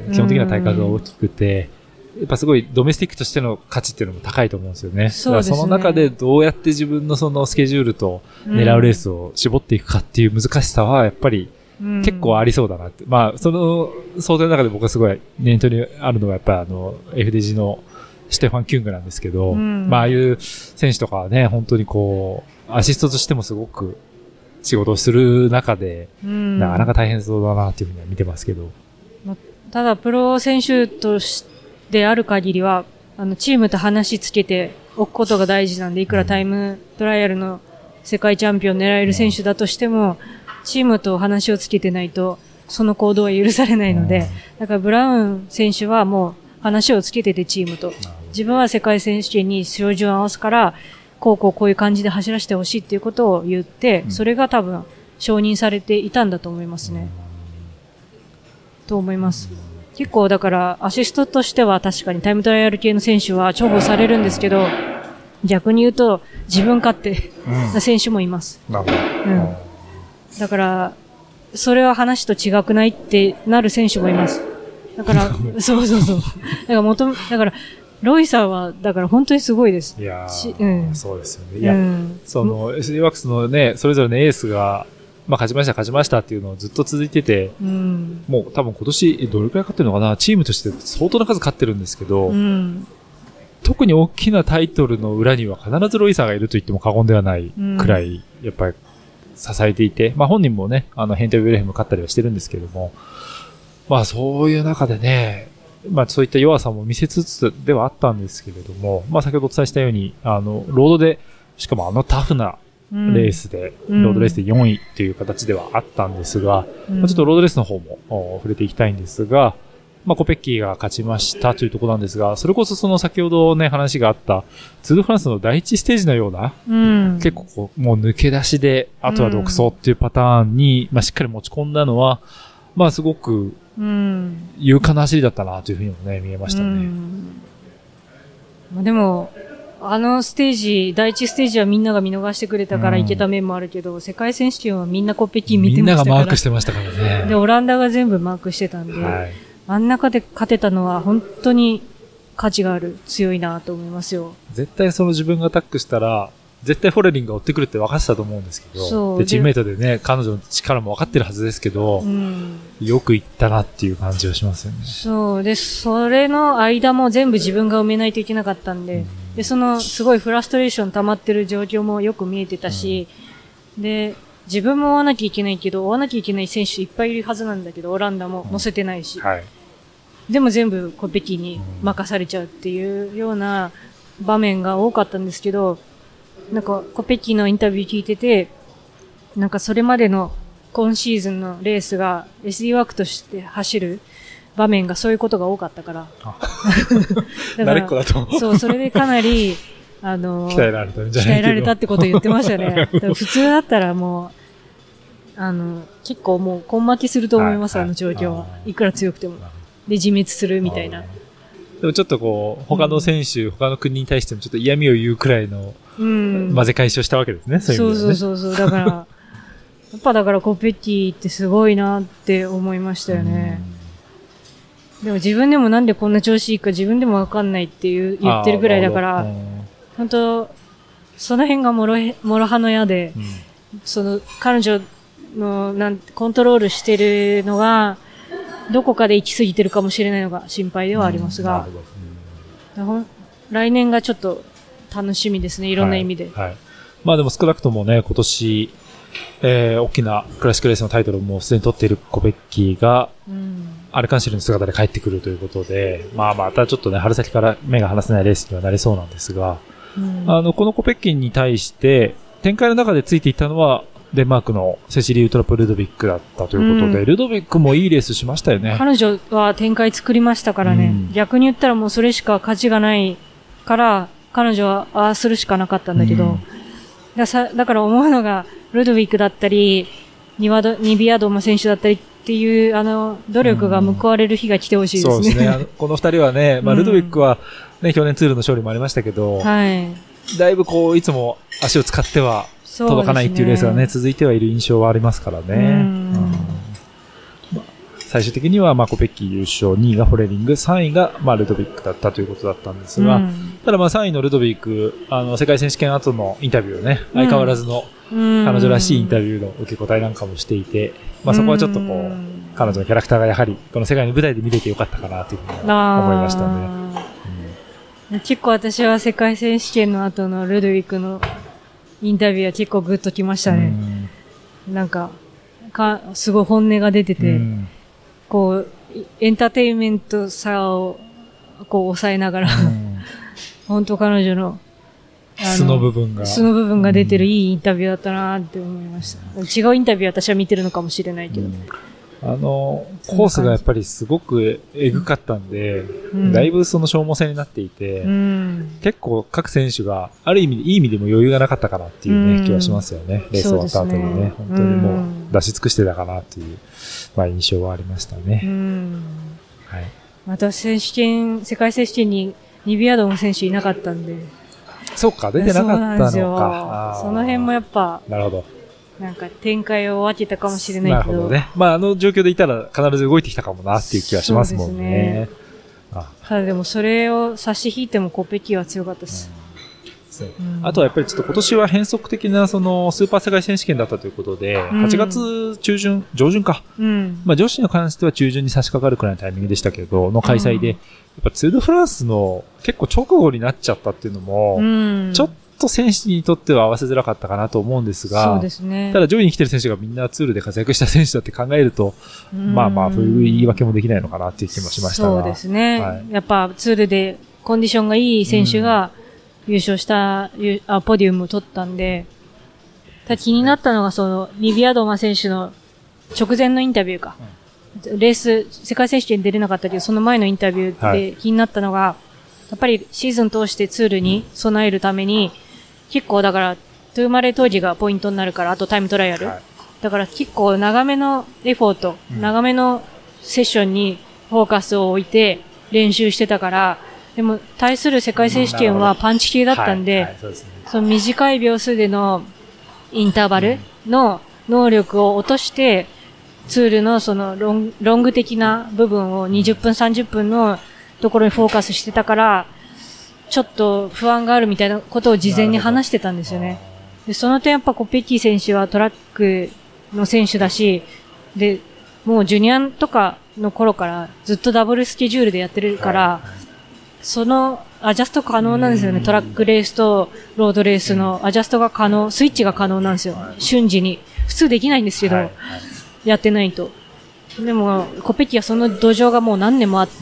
Speaker 1: 基本的な体格が大きくて、うん、やっぱすごいドメスティックとしての価値っていうのも高いと思うんですよね。そうですね。だからその中でどうやって自分のそのスケジュールと狙うレースを絞っていくかっていう難しさは、やっぱり結構ありそうだなって。うん、まあ、その想定の中で僕はすごい念頭にあるのはやっぱりあの、エフディージー のステファン・キュングなんですけど、うん、まあ、ああいう選手とかはね、本当にこう、アシストとしてもすごく仕事をする中で、うん、なかなか大変そうだなっていうふうには見てますけど。
Speaker 2: ただ、プロ選手としてある限りは、あの、チームと話しつけておくことが大事なんで、いくらタイムトライアルの世界チャンピオンを狙える選手だとしても、うん、チームと話をつけてないと、その行動は許されないので、うん、だからブラウン選手はもう話をつけててチームと。自分は世界選手権に照準を合わすから、こうこうこういう感じで走らせてほしいっていうことを言って、うん、それが多分承認されていたんだと思いますね。うん、と思います。結構だからアシストとしては確かにタイムトライアル系の選手は重宝されるんですけど、逆に言うと自分勝手な選手もいます。うん。うん、だから、それは話と違くないってなる選手もいます。だから、そうそうそう。だから求め、だから、ロイさんは、だから本当にすごいです。
Speaker 1: いやー、うん、そうですよね。いや、うん、その、エスディー ワークスのね、それぞれのエースが、まあ、勝ちました、勝ちましたっていうのをずっと続いてて、うん、もう多分今年、どれくらい勝ってるのかな、チームとして相当な数勝ってるんですけど、うん、特に大きなタイトルの裏には必ずロイさんがいると言っても過言ではないくらい、やっぱり支えていて、まあ本人もね、あの、ヘンテル・ウェルヘム勝ったりはしてるんですけども、まあそういう中でね、まあそういった弱さも見せつつではあったんですけれども、まあ先ほどお伝えしたように、あの、ロードで、しかもあのタフなレースで、うん、ロードレースでよんいっていう形ではあったんですが、うん、まあ、ちょっとロードレースの方も触れていきたいんですが、まあコペッキーが勝ちましたというところなんですが、それこそその先ほどね話があったツールフランスの第一ステージのような、うん、結構こうもう抜け出しで、あとは独走っていうパターンに、まあしっかり持ち込んだのは、まあすごく、勇敢な走りだったなというふうにもね、見えましたね。うん、
Speaker 2: まあ、でも、あのステージ、第一ステージはみんなが見逃してくれたからいけた面もあるけど、うん、世界選手権はみんなコペティ見てましたから。
Speaker 1: みんながマークしてましたからね。
Speaker 2: で、オランダが全部マークしてたんで、はい、あん中で勝てたのは本当に価値がある、強いなと思いますよ。
Speaker 1: 絶対その自分がアタックしたら、絶対フォレリンが追ってくるって分かってたと思うんですけど、そうでチームメイトでね、彼女の力も分かってるはずですけど、うん、よくいったなっていう感じはしますよね。
Speaker 2: そう。で、それの間も全部自分が埋めないといけなかったんで、うん、で、そのすごいフラストレーション溜まってる状況もよく見えてたし、うん、で、自分も追わなきゃいけないけど、追わなきゃいけない選手いっぱいいるはずなんだけど、オランダも乗せてないし、うんはい、でも全部コペキに任されちゃうっていうような場面が多かったんですけど、なんか、コペッキのインタビュー聞いてて、なんかそれまでの今シーズンのレースが エスディー ワークとして走る場面がそういうことが多かったから。
Speaker 1: 慣れっこだと。
Speaker 2: そう、それでかなり、あの、
Speaker 1: 鍛えられたんじゃないけど。
Speaker 2: 鍛えられたってことを言ってましたね。普通だったらもう、あの、結構もう根負けすると思います、はい、あの状況は。いくら強くても。で、自滅するみたいな。
Speaker 1: でもちょっとこう、他の選手、うん、他の国に対してもちょっと嫌味を言うくらいの、うん、混ぜ返しをしたわけですね、そういう意味ではね。
Speaker 2: そうそうそう。だから、やっぱだからコペッティってすごいなって思いましたよね。でも自分でもなんでこんな調子いいか自分でもわかんないっていう言ってるぐらいだから、本当その辺がもろへ、もろ刃の矢で、うん、その彼女のなんコントロールしてるのが、どこかで行き過ぎてるかもしれないのが心配ではありますが、うん、来年がちょっと楽しみですね、いろんな意味で。はいはい、
Speaker 1: まあでも少なくともね、今年、えー、大きなクラシックレースのタイトルをもうすでに取っているコペッキーが、うん、アルカンシルの姿で帰ってくるということで、まあまたちょっとね、春先から目が離せないレースにはなりそうなんですが、うん、あの、このコペッキーに対して、展開の中でついていったのは、デンマークのセシリー・ウトラプ・ルドビックだったということで、うん、ルドビックもいいレースしましたよね。
Speaker 2: 彼女は展開作りましたからね、うん、逆に言ったらもうそれしか価値がないから、彼女はああするしかなかったんだけど、うん、だ, さだから思うのが、ルドビックだったり、ニワドニビアドマ選手だったりっていう、あの、努力が報われる日が来てほしいですね。
Speaker 1: そうですね。あのこの二人はね、まあ、ルドビックはね、去年ツールの勝利もありましたけど、はい、だいぶこう、いつも足を使っては、届かないっていうレースがね、続いてはいる印象はありますからね。うんうんまあ、最終的には、まあ、コペッキー優勝、にいがフォレリング、さんいが、まあ、ルドビックだったということだったんですが、うん、ただまあ、さんいのルドビック、あの、世界選手権後のインタビューをね、相変わらずの、彼女らしいインタビューの受け答えなんかもしていて、まあ、そこはちょっとこう、彼女のキャラクターがやはり、この世界の舞台で見れてよかったかなというふうに思いましたね。
Speaker 2: うん、結構私は世界選手権の後のルドビックのインタビューは結構グッときましたね。うん、なんか、か、すごい本音が出てて、うん、こう、エンターテインメントさを、こう抑えながら、うん、本当彼女の、
Speaker 1: 素の部分が。
Speaker 2: 素の部分が出てるいいインタビューだったなって思いました。違うインタビュー私は見てるのかもしれないけど。うん
Speaker 1: あの、コースがやっぱりすごくエグかったんで、うん、だいぶその消耗戦になっていて、うん、結構各選手がある意味でいい意味でも余裕がなかったかなっていうね、うん、気はしますよね。レース終わった後にね、ね本当にもう出し尽くしてたかなっていう、まあ印象はありましたね。うん
Speaker 2: はい、また選手権、世界選手権にニビアドム選手いなかったんで。
Speaker 1: そうか、出てなかったのか。
Speaker 2: その辺もやっぱ、
Speaker 1: なるほど。
Speaker 2: なんか展開を分けたかもしれないけど。
Speaker 1: なるほどね。まああの状況でいたら必ず動いてきたかもなっていう気はしますもんね。そうですね。
Speaker 2: あただでもそれを差し引いてもコペキは強かったです。
Speaker 1: うん、あとはやっぱりちょっと今年は変則的なそのスーパー世界選手権だったということで、うん、はちがつ中旬、上旬か。うん、まあ女子に関しては中旬に差し掛かるくらいのタイミングでしたけど、の開催で、うん、やっぱツール・ド・フランスの結構直後になっちゃったっていうのも、うん、ちょっとちょっと選手にとっては合わせづらかったかなと思うんですが、
Speaker 2: そうですね。
Speaker 1: ただ上位に来てる選手がみんなツールで活躍した選手だって考えると、まあまあ、そういう言い訳もできないのかなっていう気もしましたが。
Speaker 2: そうですね。はい、やっぱツールでコンディションがいい選手が優勝した、うん、あポディウムを取ったんで、ただ気になったのがその、ニビアドマ選手の直前のインタビューか。うん、レース、世界選手権出れなかったけど、その前のインタビューで気になったのが、はい、やっぱりシーズン通してツールに備えるために、結構だから、トゥーマレー当時がポイントになるから、あとタイムトライアル。はい、だから結構長めのエフォート、うん、長めのセッションにフォーカスを置いて練習してたから、 でも、対する世界選手権はパンチ系だったんで、その短い秒数でのインターバルの能力を落として、ツールのそのロン、ロング的な部分をにじゅっぷんさんじゅっぷんのところにフォーカスしてたから、ちょっと不安があるみたいなことを事前に話してたんですよね。で、その点やっぱコペッキー選手はトラックの選手だし、で、もうジュニアとかの頃からずっとダブルスケジュールでやってるから、そのアジャスト可能なんですよね。トラックレースとロードレースのアジャストが可能、スイッチが可能なんですよ。瞬時に。普通できないんですけど、はいはい、やってないと。でも、コペキはその土壌がもう何年もあって、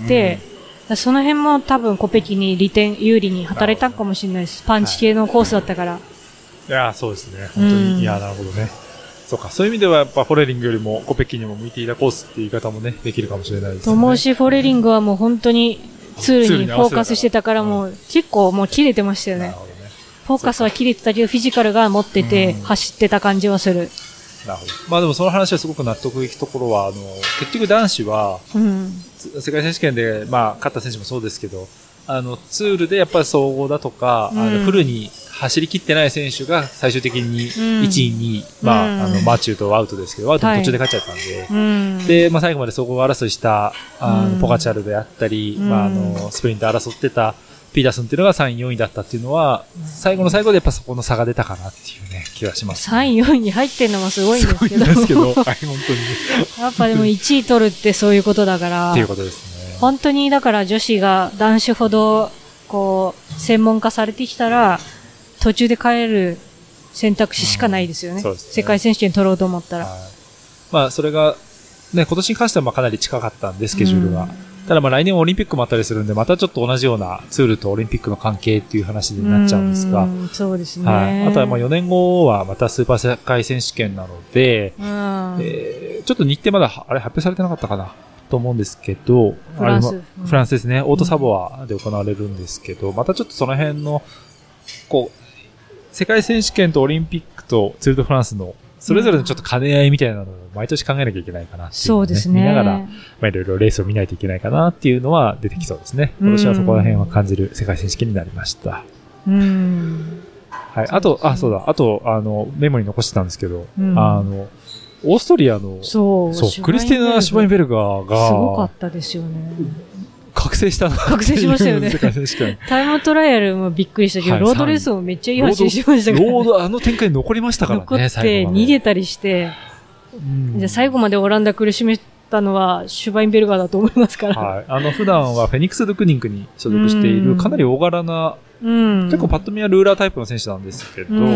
Speaker 2: うん、その辺も多分コペキに利点、有利に働いたかもしれないです。パンチ系のコースだったから。はい、
Speaker 1: いや、そうですね。本当に。うん、いや、なるほどね。そうか。そういう意味ではやっぱフォレリングよりもコペキにも向いていたコースっていう言い方もね、できるかもしれないですね。
Speaker 2: と思うし、フォレリングはもう本当にツールにフォーカスしてたからもう結構もう切れてましたよね。なるほどね。フォーカスは切れてたけど、フィジカルが持ってて走ってた感じはする。
Speaker 1: なるほど。まあでもその話はすごく納得いくところは、あの、結局男子は、うん、世界選手権で、まあ、勝った選手もそうですけど、あの、ツールでやっぱり総合だとか、うん、あの、フルに走り切ってない選手が最終的にいちい、にい、まあ、あの、マーチューとアウトですけど、アウトも途中で勝っちゃったんで、はい、で、まあ最後まで総合争いした、あの、ポカチャルであったり、うん、まああの、スプリント争ってた、ピーターソンっていうのがさんい、よんいだったっていうのは、最後の最後でやっぱそこの差が出たかなっていうね、気がします、ね。
Speaker 2: さんい、よんいに入ってんのもすごいんですけど。
Speaker 1: すごいんですけど、はい、本当に。
Speaker 2: やっぱでもいちい取るってそういうことだから。
Speaker 1: っていうことですね。
Speaker 2: 本当にだから女子が男子ほど、こう、専門化されてきたら、途中で変える選択肢しかないですよね。うん、そうですね。世界選手権取ろうと思ったら。はい、
Speaker 1: まあ、それが、ね、今年に関してはまあかなり近かったんで、スケジュールが。うん、ただまあ来年オリンピックもあったりするんで、またちょっと同じようなツールとオリンピックの関係っていう話になっちゃうんですが。
Speaker 2: うん、そうですね。
Speaker 1: はい。あとはまあよねんごはまたスーパー世界選手権なので、うん、えー、ちょっと日程まだ、あれ発表されてなかったかなと思うんですけど、
Speaker 2: フランス。
Speaker 1: フランスですね。オートサボアで行われるんですけど、またちょっとその辺の、こう、世界選手権とオリンピックとツール・ド・フランスのそれぞれのちょっと兼ね合いみたいなのを毎年考えなきゃいけないかなっていう、ね、
Speaker 2: そうですね。
Speaker 1: 見ながら、まあいろいろレースを見ないといけないかなっていうのは出てきそうですね。今年はそこら辺は感じる世界選手権になりました。うん。はい。あと、あ、そうだ。あと、あの、メモに残してたんですけど、うん、あの、オーストリアの、
Speaker 2: そう、
Speaker 1: そうクリスティーナ・シュバインベルガーが、
Speaker 2: すごかったですよね。
Speaker 1: 覚醒したな。
Speaker 2: 覚醒しましたよね。タイムトライアルもびっくりしたけど、はい、ロードレースもめっちゃいい走りしましたから、ね。
Speaker 1: ロード、あの展開残りましたからね。
Speaker 2: 残って逃げたりして、うん、じゃ最後までオランダ苦しめたのはシュバインベルガーだと思いますから。
Speaker 1: はい。あの、普段はフェニックス・ドゥクニンクに所属している、かなり大柄な、うん、結構パッと見はルーラータイプの選手なんですけど、うん、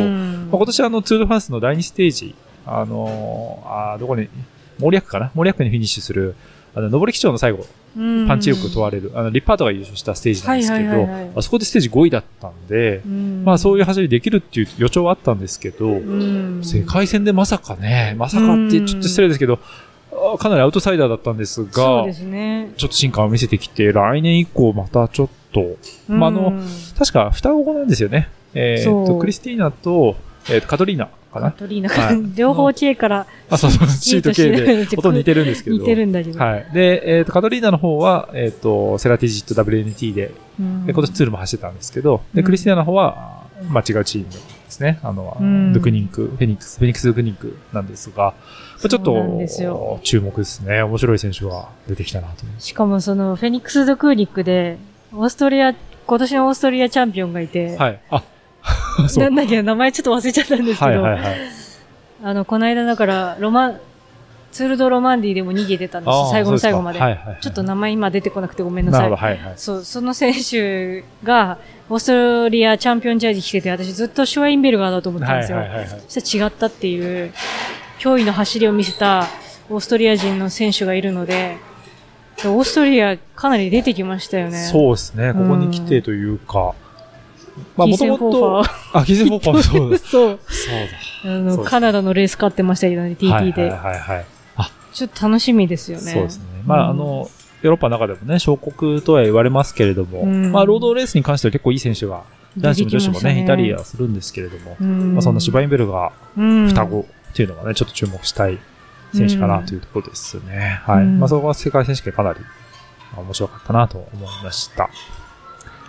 Speaker 1: まあ、今年あの、ツール・ド・フランスのだいにステージ、あのー、あどこに、森役かな森役にフィニッシュする、あの、上り基調の最後、パンチ力問われる、あの、リッパートが優勝したステージなんですけど、あそこでステージごいだったんで、んまあそういう走りできるっていう予兆はあったんですけど、世界戦でまさかね、まさかってちょっと失礼ですけど、かなりアウトサイダーだったんですが、そうですね、ちょっと進化を見せてきて、来年以降またちょっと、まあ、あの、確か双子なんですよね。えっと、クリスティーナと、えっと、カトリーナ。かなカ
Speaker 2: トリーナ、はい、両方 K から。
Speaker 1: あ、そうそう、C と K で、ほとんど似てるんですけど。
Speaker 2: 似てるんだけど。
Speaker 1: はい。で、えっ、ー、と、カトリーナの方は、えっ、ー、と、セラティジット ダブリューエヌティー で、で今年ツールも走ってたんですけど、で、クリスティアの方は、まあ、違うチームですね。あの、ドゥクニンク、フェニックス、フェニックスドゥクニンクなんですが、まあ、ちょっと、注目ですね。面白い選手が出てきたなと。
Speaker 2: しかもその、フェニックスドゥクニンクで、オーストリア、今年のオーストリアチャンピオンがいて、
Speaker 1: はい。あ、
Speaker 2: なんだっけ、名前ちょっと忘れちゃったんですけど、はいはいはい。あの、この間だから、ロマン、ツールドロマンディでも逃げてたんです。最後の最後まで。はいはいはい、ちょっと名前今出てこなくてごめんなさい。なるほど、はいはい。そう、その選手が、オーストリアチャンピオンジャージ着てて、私ずっとシュワインベルガーだと思ってたんですよ。はいはいはいはい、そしたら違ったっていう、驚異の走りを見せたオーストリア人の選手がいるので、オーストリアかなり出てきましたよね。
Speaker 1: そうですね。ここに来てというか、まあ、もともと、あ、キーセンフォーファーもそうだ。そう。そう
Speaker 2: だ。あの、カナダのレース勝ってましたけどね、ティーティー で。はいはいはい。あ、ちょっと楽しみですよね。
Speaker 1: そうですね。まあ、あの、ヨーロッパの中でもね、小国とは言われますけれども、まあ、ロードレースに関しては結構いい選手が、男子も女子もね、いたりはするんですけれども、まあ、そんなシュバインベルガー、双子っていうのがね、ちょっと注目したい選手かなというところですね。はい。まあ、そこは世界選手権かなり面白かったなと思いました。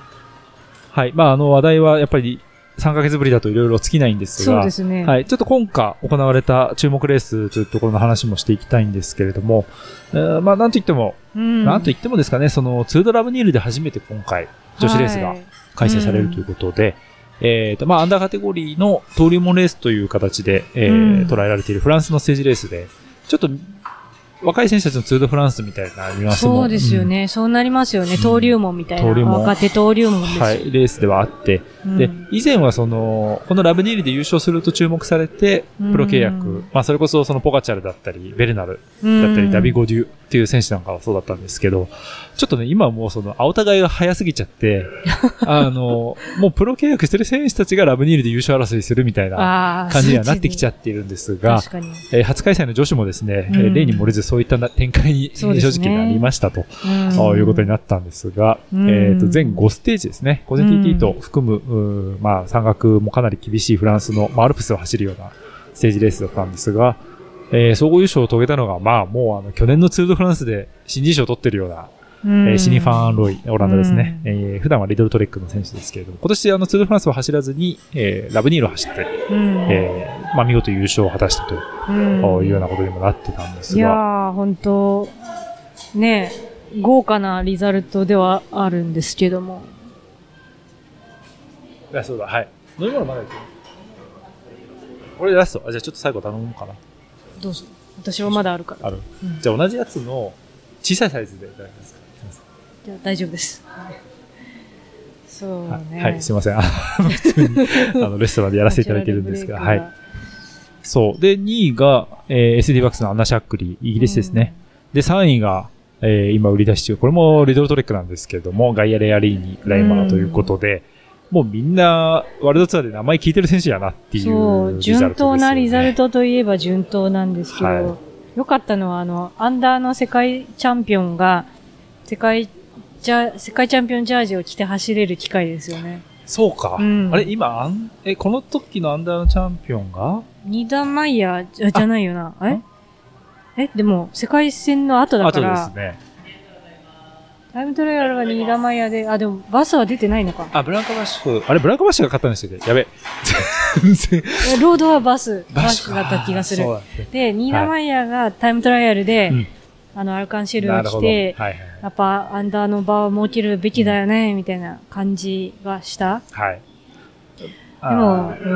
Speaker 1: はい。まあ、あの話題はやっぱりさんかげつぶりだといろいろ尽きないんですが、
Speaker 2: そうですね。
Speaker 1: はい。ちょっと今夏行われた注目レースというところの話もしていきたいんですけれども、えー、まあ、なんといっても、うん、なんといってもですかね、その、ツードラブニールで初めて今回、女子レースが開催されるということで、はい、えっ、ー、と、まあ、アンダーカテゴリーの登竜門レースという形で、えーうん、捉えられているフランスのステージレースで、ちょっと、若い選手たちのツードフランスみたいなニュアンスも。
Speaker 2: そうですよね。うん、そうなりますよね。登竜門みたいな。登竜門。若手登竜門です。
Speaker 1: はい。レースではあって、うん、で、以前はその、このラブニールで優勝すると注目されて、プロ契約。うん、まあ、それこそそのポガチャルだったり、ベルナルだったり、うん、ダビゴデュっていう選手なんかはそうだったんですけど、ちょっとね、今はもうその、青互いが早すぎちゃって、あの、もうプロ契約してる選手たちがラブニールで優勝争いするみたいな感じにはなってきちゃっているんですが、確かにえー、初開催の女子もですね、うん、例に漏れずそういった展開に正直なりましたと、うん、いうことになったんですが、うん、えっと、全ごステージですね、個人 ティーティー と含む、うん、まあ、山岳もかなり厳しいフランスの、まあ、アルプスを走るようなステージレースだったんですが、えー、総合優勝を遂げたのが、まあ、もうあの、去年のツールドフランスで新人賞を取ってるような、えー、シニファン・アンロイ、オランダですね。えー、普段はリドルトレックの選手ですけれども、今年あのツール・フランスを走らずに、えー、ラブニールを走って、えー、まあ見事優勝を果たしたというようなことにもなってたんですが。
Speaker 2: いやー、本当ね、豪華なリザルトではあるんですけども。
Speaker 1: いや、そうだ、はい。飲み物まだいける？これラスト。あ、じゃあちょっと最後頼むかな。
Speaker 2: どうぞ。私はまだあるから。
Speaker 1: ある。うん、じゃあ同じやつの小さいサイズでいただきます。
Speaker 2: じゃあ大丈夫です。そうね。
Speaker 1: はい、すいません。普通にあのレストランでやらせていただいてるんですが、はい。そう。で、にいが、えー、エスディー バックスのアンナ・シャックリー、イギリスですね。うん、で、さんいが、えー、今売り出し中、これもリドルトレックなんですけれども、ガイア・レアリーニ・ライマーということで、うん、もうみんな、ワールドツアーで名前聞いてる選手やなっていう、
Speaker 2: そう、順当なリザルトといえば順当なんですけど、はい、よかったのは、あの、アンダーの世界チャンピオンが、世界、じゃ、世界チャンピオンジャージを着て走れる機会ですよね。
Speaker 1: そうか。うん、あれ、今、あん、え、この時のアンダーのチャンピオンが
Speaker 2: ニダマイヤーじゃ、じゃないよな。ええ、でも、世界戦の後だから。後ですね。タイムトライアルがニダマイヤーで、あ、でも、バスは出てないのか。
Speaker 1: あ、ブランカバッシュ、あれ、ブランカバッシュが勝ったんでしたっけ？やべ。
Speaker 2: 全然。ロードはバス、バスだった気がする。そうで、ニダマイヤーがタイムトライアルで、はい、うんあの、アルカンシェルを着て、はいはい、やっぱ、アンダーの場を設けるべきだよね、うん、みたいな感じがした。はい。でも、うん。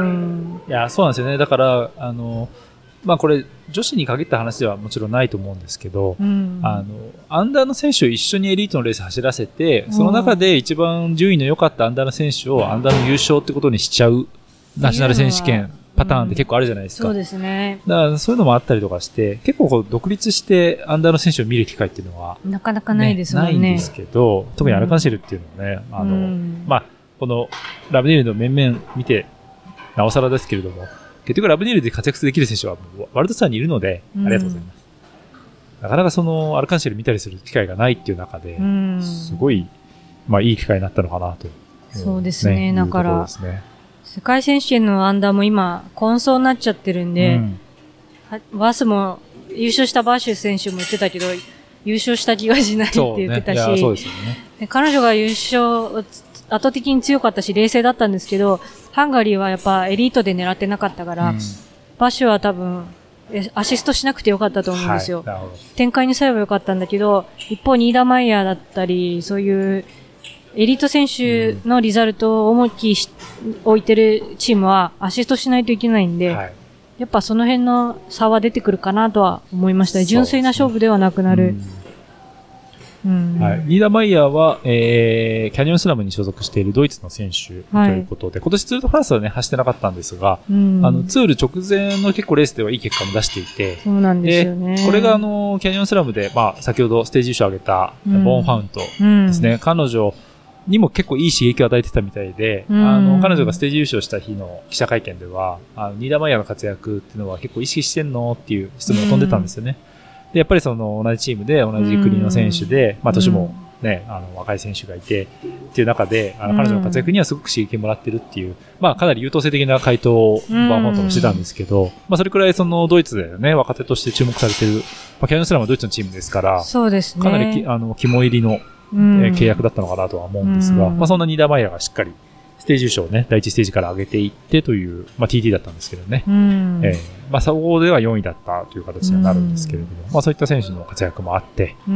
Speaker 1: いや、そうなんですよね。だから、あの、まあこれ、女子に限った話ではもちろんないと思うんですけど、うん、あの、アンダーの選手を一緒にエリートのレース走らせて、その中で一番順位の良かったアンダーの選手をアンダーの優勝ってことにしちゃう、ナショナル選手権。パターンって結構あるじゃないですか。
Speaker 2: うん、そうですね。
Speaker 1: だからそういうのもあったりとかして、結構こう独立してアンダーの選手を見る機会っていうのは、
Speaker 2: なかなかないですもんね。
Speaker 1: ないんですけど、特にアルカンシェルっていうのはね、うん、あの、うん、まあ、このラブニールの面々見て、なおさらですけれども、結局ラブニールで活躍できる選手はワールドツアーにいるので、ありがとうございます。うん、なかなかそのアルカンシェル見たりする機会がないっていう中で、うん、すごい、まあいい機会になったのかなと。
Speaker 2: そうですね、だから。世界選手権のアンダーも今、混走になっちゃってるんで、うん、バスも、優勝したバーシュ選手も言ってたけど、優勝した気がしないって言ってたし、ねそうですよね、で彼女が優勝、圧倒的に強かったし、冷静だったんですけど、ハンガリーはやっぱエリートで狙ってなかったから、うん、バッシュは多分、アシストしなくてよかったと思うんですよ。はい、展開にさえばよかったんだけど、一方、ニーダーマイヤーだったり、そういう、エリート選手のリザルトを重きに置いてるチームはアシストしないといけないんで、はい、やっぱその辺の差は出てくるかなとは思いました。純粋な勝負ではなくなる。うんうんはい、
Speaker 1: ニーダーマイヤーは、えー、キャニオンスラムに所属しているドイツの選手ということで、はい、今年ツールドフランスはね、走ってなかったんですが、うん、あの、ツール直前の結構レースではいい結果も出していて、
Speaker 2: そうなんですよね。
Speaker 1: これがあの、キャニオンスラムで、まあ、先ほどステージ優勝を挙げた、ボーンファウントですね。うん、彼女、にも結構いい刺激を与えてたみたいで、あの、彼女がステージ優勝した日の記者会見では、あの、ニーダーマイヤーの活躍っていうのは結構意識してんのっていう質問が飛んでたんですよね。で、やっぱりその同じチームで同じ国の選手で、まあ年もね、あの、若い選手がいて、っていう中で、あの、彼女の活躍にはすごく刺激をもらってるっていう、まあかなり優等生的な回答をバーモントもしてたんですけど、まあそれくらいそのドイツでね、若手として注目されてる、まあキャニオンスラムはドイツのチームですから、
Speaker 2: そうですね。
Speaker 1: かなりき、あの、肝入りの、うん、契約だったのかなとは思うんですが、うん、まあそんなニーダーマイヤーがしっかりステージ優勝をね、だいいちステージから上げていってという、まあ ティーティー だったんですけどね。
Speaker 2: うん、
Speaker 1: えー、まあ総合ではよんいだったという形になるんですけれども、うん、まあそういった選手の活躍もあって、うん、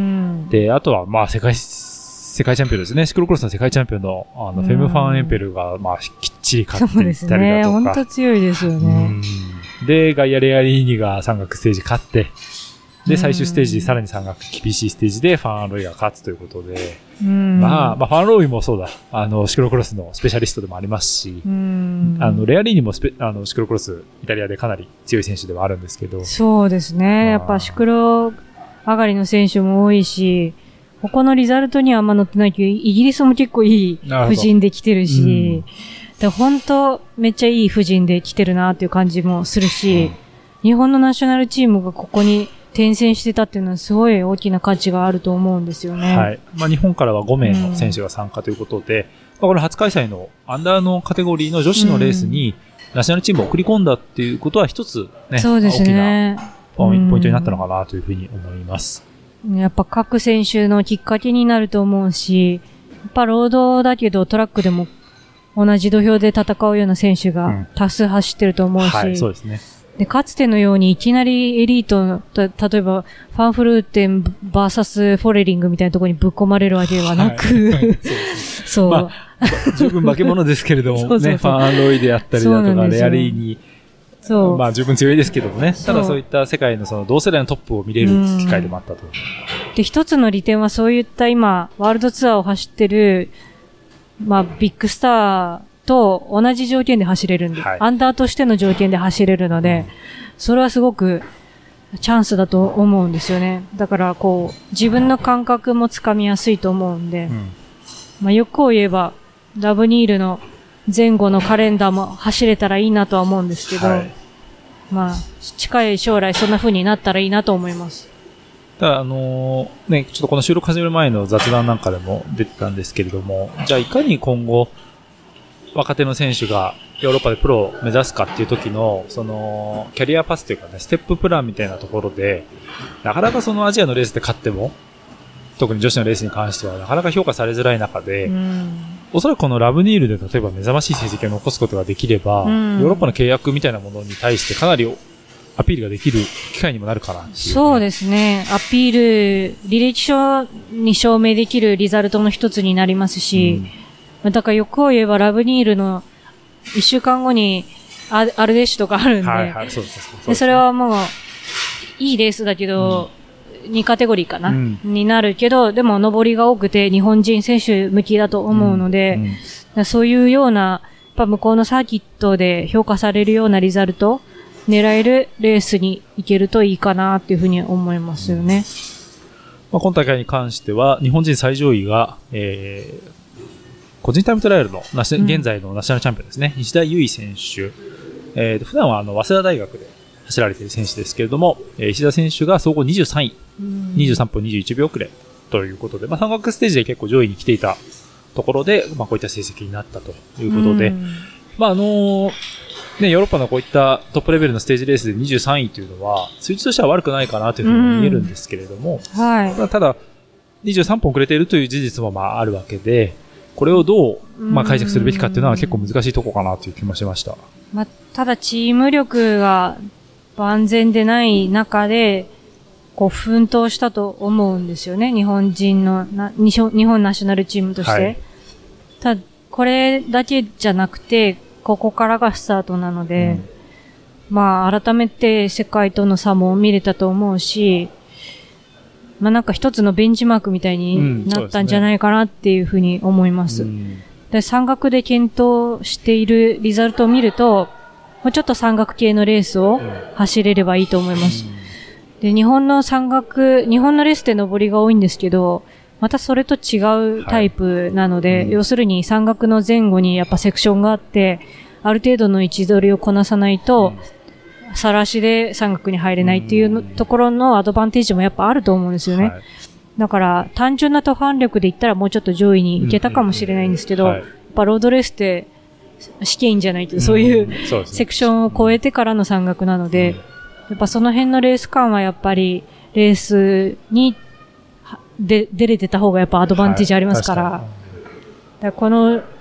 Speaker 1: で、あとはまあ世界、世界チャンピオンですね。シクロクロスの世界チャンピオンの、あの、フェム・ファン・エンペルが、まあ、きっちり勝っていったりだとか。そうですね。
Speaker 2: 本当強いですよね。
Speaker 1: で、ガイア・レアリーニが山岳ステージ勝って、で、最終ステージ、さらに山岳厳しいステージでファン・アロイが勝つということで、まあ、まあ、ファン・アロイもそうだ。あの、シクロクロスのスペシャリストでもありますし、あの、レアリーニもスペ、あの、シクロクロス、イタリアでかなり強い選手ではあるんですけど。
Speaker 2: そうですね。やっぱシクロ上がりの選手も多いし、他のリザルトにはあんま載ってないけど、イギリスも結構いい布陣で来てるし、で本当めっちゃいい布陣で来てるなっていう感じもするし、うん、日本のナショナルチームがここに転戦してたっていうのはすごい大きな価値があると思うんですよね。
Speaker 1: はい。まあ日本からはごめいの選手が参加ということで、うん、まあ、これ初開催のアンダーのカテゴリーの女子のレースにナショナルチームを送り込んだっていうことは一つね、
Speaker 2: そうですね。
Speaker 1: 大きなポイントになったのかなというふうに思います。
Speaker 2: やっぱ各選手のきっかけになると思うし、やっぱロードだけどトラックでも同じ土俵で戦うような選手が多数走ってると思うし、うん、はい、そうですね。で、かつてのようにいきなりエリートの、例えばファンフルーテン バーサス フォレリングみたいなところにぶっ込まれるわけではなく、はいはい、そう。ま
Speaker 1: あ、十分化け物ですけれどもね、そうそうそう、ファンアロイであったりだとか、レアリーに、そう。まあ十分強いですけどもね。ただそういった世界のその同世代のトップを見れる機会でもあったと。
Speaker 2: で、一つの利点はそういった今、ワールドツアーを走ってる、まあビッグスターと同じ条件で走れるんで、はい、アンダーとしての条件で走れるので、それはすごくチャンスだと思うんですよね。だからこう、自分の感覚もつかみやすいと思うんで、うん、まあ欲を言えば、ラブニールの前後のカレンダーも走れたらいいなとは思うんですけど、はい、まあ、近い将来そんな風になったらいいなと思います。
Speaker 1: ただ、あのー、ね、ちょっとこの収録始める前の雑談なんかでも出てたんですけれども、じゃあいかに今後、若手の選手がヨーロッパでプロを目指すかっていう時の、その、キャリアパスというかね、ステッププランみたいなところで、なかなかそのアジアのレースで勝っても、特に女子のレースに関してはなかなか評価されづらい中で、うん、おそらくこのラブニールで例えば目覚ましい成績を残すことができれば、うん、ヨーロッパの契約みたいなものに対してかなりアピールができる機会にもなるかなっていう、ね。
Speaker 2: そうですね。アピール、履歴書に証明できるリザルトの一つになりますし、うん、だから欲を言えばラブニールの一週間後にアルデッシュとかあるんで、はいはい、そうですね。で、それはもういいレースだけど、うんにカテゴリーかな、うん、になるけど、でも上りが多くて日本人選手向きだと思うので、うんうん、そういうような、やっぱ向こうのサーキットで評価されるようなリザルト、狙えるレースに行けるといいかなっていうふうに思いますよね。
Speaker 1: まあ、今大会に関しては、日本人最上位が、えー、個人タイムトライアルのナシ、うん、現在のナショナルチャンピオンですね、石田優衣選手。えー、普段はあの、早稲田大学で走られている選手ですけれども、えー、石田選手が総合にじゅうさんい、にじゅうさんぷんにじゅういちびょう遅れということで、まあ、山岳ステージで結構上位に来ていたところで、まあ、こういった成績になったということで、まあ、あのー、ね、ヨーロッパのこういったトップレベルのステージレースでにじゅうさんいというのは、数値としては悪くないかなというふうに見えるんですけれども、はい。まあ、ただ、にじゅうさんぷん遅れているという事実もまああるわけで、これをどう、まあ、解釈するべきかっていうのは結構難しいところかなという気もしました。
Speaker 2: まあ、ただチーム力が万全でない中で、こう奮闘したと思うんですよね。日本人のな、日本ナショナルチームとして。はい、ただ、これだけじゃなくて、ここからがスタートなので、うん、まあ改めて世界との差も見れたと思うし、まあなんか一つのベンチマークみたいになったんじゃないかなっていうふうに思います。うん、で、山岳で検討しているリザルトを見ると、もうちょっと山岳系のレースを走れればいいと思います。うん、で、日本の山岳、日本のレースって上りが多いんですけど、またそれと違うタイプなので、はいうん、要するに山岳の前後にやっぱセクションがあって、ある程度の位置取りをこなさないと、うん、さらしで山岳に入れないっていうの、うん、ところのアドバンテージもやっぱあると思うんですよね。はい、だから単純な途半力で言ったらもうちょっと上位に行けたかもしれないんですけど、うんはい、やっぱロードレースって試験じゃないと、そういう、うんそうですね、セクションを超えてからの山岳なので、うん、やっぱその辺のレース感はやっぱりレースにで出れてた方がやっぱアドバンテージありますから、はい、だからこの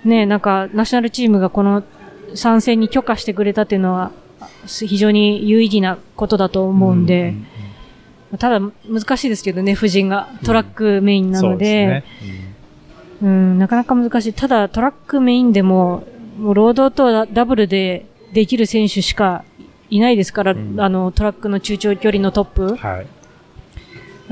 Speaker 2: ね、なんか、ナショナルチームがこの参戦に許可してくれたっていうのは、非常に有意義なことだと思うんで、うんうんうん、ただ難しいですけどね、夫人がトラックメインなので、うん、そうですね。うん、うん、なかなか難しい。ただトラックメインでも、もうロードとダブルでできる選手しかいないですから、うん、あの、トラックの中長距離のトップ。はい。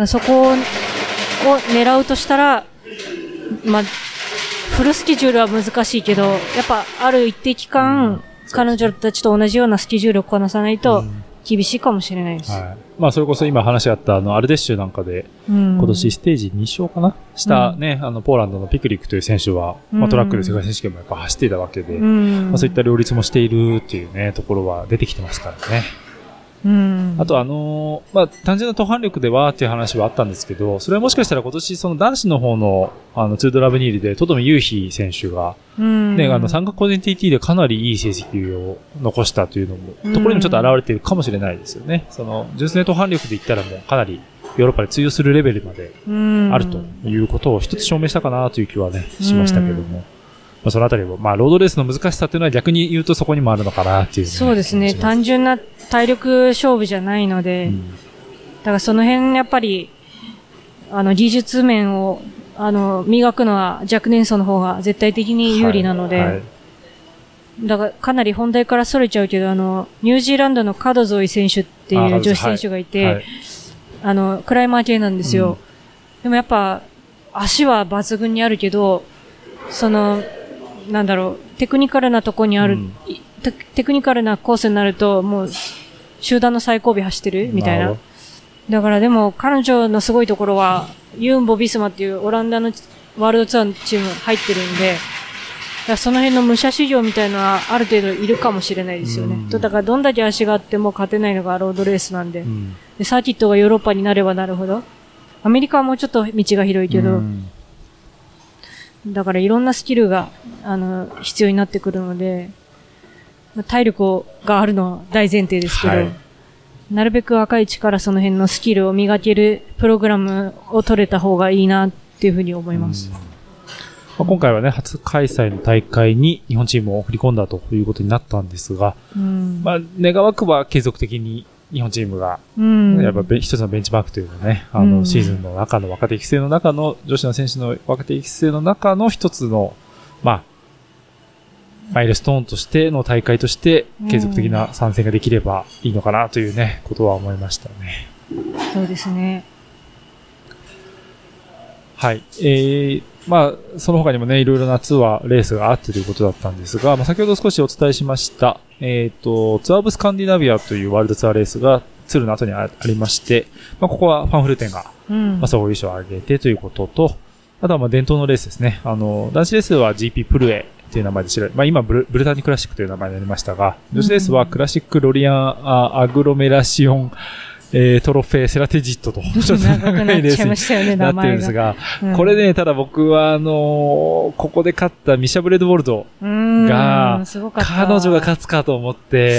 Speaker 2: そこを狙うとしたら、まあ、フルスケジュールは難しいけど、やっぱある一定期間、うん、彼女たちと同じようなスケジュールをこなさないと厳しいかもしれないです。うん、はい。
Speaker 1: まあそれこそ今話あったあのアルデッシュなんかで、うん、今年ステージに勝かなしたね、うん、あのポーランドのピクリックという選手は、うん、まあトラックで世界選手権もやっぱ走っていたわけで、うん、まあそういった両立もしているっていうね、ところは出てきてますからね。うん、あとあのー、まあ、単純な途半力ではっていう話はあったんですけど、それはもしかしたら今年その男子の方の、あの、ツードラブニールで、トトミユーヒ選手が、うん、ね、あの、三角個人 ティーティー でかなりいい成績を残したというのも、ところにもちょっと現れているかもしれないですよね。その、純粋な途半力で言ったらもうかなりヨーロッパで通用するレベルまであるということを一つ証明したかなという気はね、しましたけども。まあ、そのあたりも、まあ、ロードレースの難しさっていうのは逆に言うとそこにもあるのかなっていう、ね。
Speaker 2: そうですね。単純な体力勝負じゃないので、うん、だからその辺やっぱり、あの、技術面を、あの、磨くのは若年層の方が絶対的に有利なので、はいはい、だからかなり本題から逸れちゃうけど、あの、ニュージーランドのカドゾイ選手っていう女子選手がいて、はいはい、あの、クライマー系なんですよ。うん、でもやっぱ、足は抜群にあるけど、その、なんだろう、テクニカルなとこにある、うん、テ, テクニカルなコースになると、もう、集団の最後尾走ってるみたいな。だからでも、彼女のすごいところは、ユンボ・ビスマっていうオランダのワールドツアーのチーム入ってるんで、だからその辺の武者修行みたいなのはある程度いるかもしれないですよね。うん、だからどんだけ足があっても勝てないのがロードレースなんで。うん、でサーキットがヨーロッパになればなるほど。アメリカはもうちょっと道が広いけど、うんだからいろんなスキルが、あの、必要になってくるので、体力があるのは大前提ですけど、はい、なるべく若いうちからその辺のスキルを磨けるプログラムを取れた方がいいなっていうふうに思います。ま
Speaker 1: あ、今回はね、初開催の大会に日本チームを振り込んだということになったんですが、うんまあ、願わくば継続的に日本チームが、やっぱ一つのベンチマークというのね、あの、シーズンの中の若手育成の中の、女子の選手の若手育成の中の一つの、まあ、マイルストーンとしての大会として、継続的な参戦ができればいいのかなというね、ことは思いましたね。
Speaker 2: そうですね。
Speaker 1: はい。えー、まあ、その他にもね、いろいろ夏はレースがあってということだったんですが、まあ、先ほど少しお伝えしました、えっと、ツアーオブスカンディナビアというワールドツアーレースがツールの後にありまして、まあ、ここはファンフルテンが、うん、まあ、総合優勝を挙げてということと、あとはまあ伝統のレースですね。あの、男子レースは ジーピー プルエという名前で知られ、まあ今ブル、ブルターニクラシックという名前になりましたが、女子レースはクラシックロリアンアグロメラシオン、えー、トロフェーセラテジットと、ちょっと長いレースになってるんですが、うん、これね、ただ僕はあのー、ここで勝ったミシャ・ブレッドボルドが、彼女が勝つかと思って、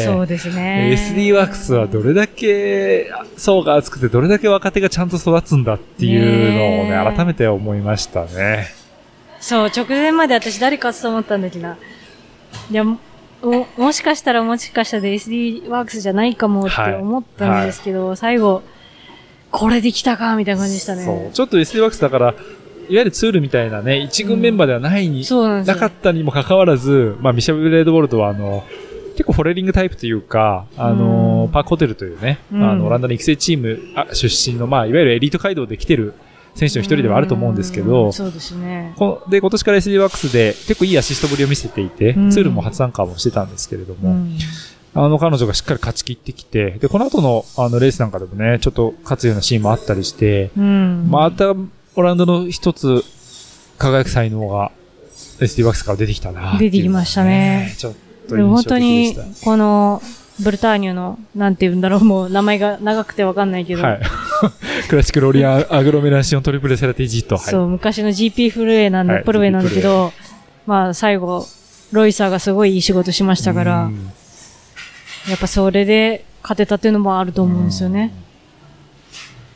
Speaker 2: そうですね。
Speaker 1: エスディー ワークスはどれだけ層が厚くて、どれだけ若手がちゃんと育つんだっていうのをね、改めて思いましたね。
Speaker 2: そう、直前まで私誰勝つと思ったんだけどな。いや、も、もしかしたらもしかしたら エスディー ワークスじゃないかもって思ったんですけど、はいはい、最後、これできたかみたいな感じでしたね。
Speaker 1: そう。ちょっと エスディー ワークスだから、いわゆるツールみたいなね、一軍メンバーではないに、うん、なかったにもかかわらず、まあ、ミシャブレードボルトはあの、結構フォレリングタイプというか、あの、うん、パークホテルというね、うん、あの、オランダの育成チーム出身の、まあ、いわゆるエリート街道で来てる選手の一人ではあると思うんですけど、
Speaker 2: そうですね。
Speaker 1: で、今年から エスディー ワークスで結構いいアシストぶりを見せていて、ツールも初参加もしてたんですけれども、うん、あの、彼女がしっかり勝ち切ってきて、で、この後のあのレースなんかでもね、ちょっと勝つようなシーンもあったりして、うん、またオランダの一つ輝く才能が エスディー ワークスから出てきたな、ね。
Speaker 2: 出てきましたね。
Speaker 1: ちょっと印象的でした。
Speaker 2: 本当に、この、ブルターニュの、なんて言うんだろう、もう名前が長くてわかんないけど。はい。
Speaker 1: クラシックロリアンアグロメラシオントリプルセラティジット。はい、
Speaker 2: そう、昔の ジーピー フルエなんで、はい、プルエなんだけど、まあ最後、ロイサーがすごいいい仕事しましたから、やっぱそれで勝てたっていうのもあると思うんですよね。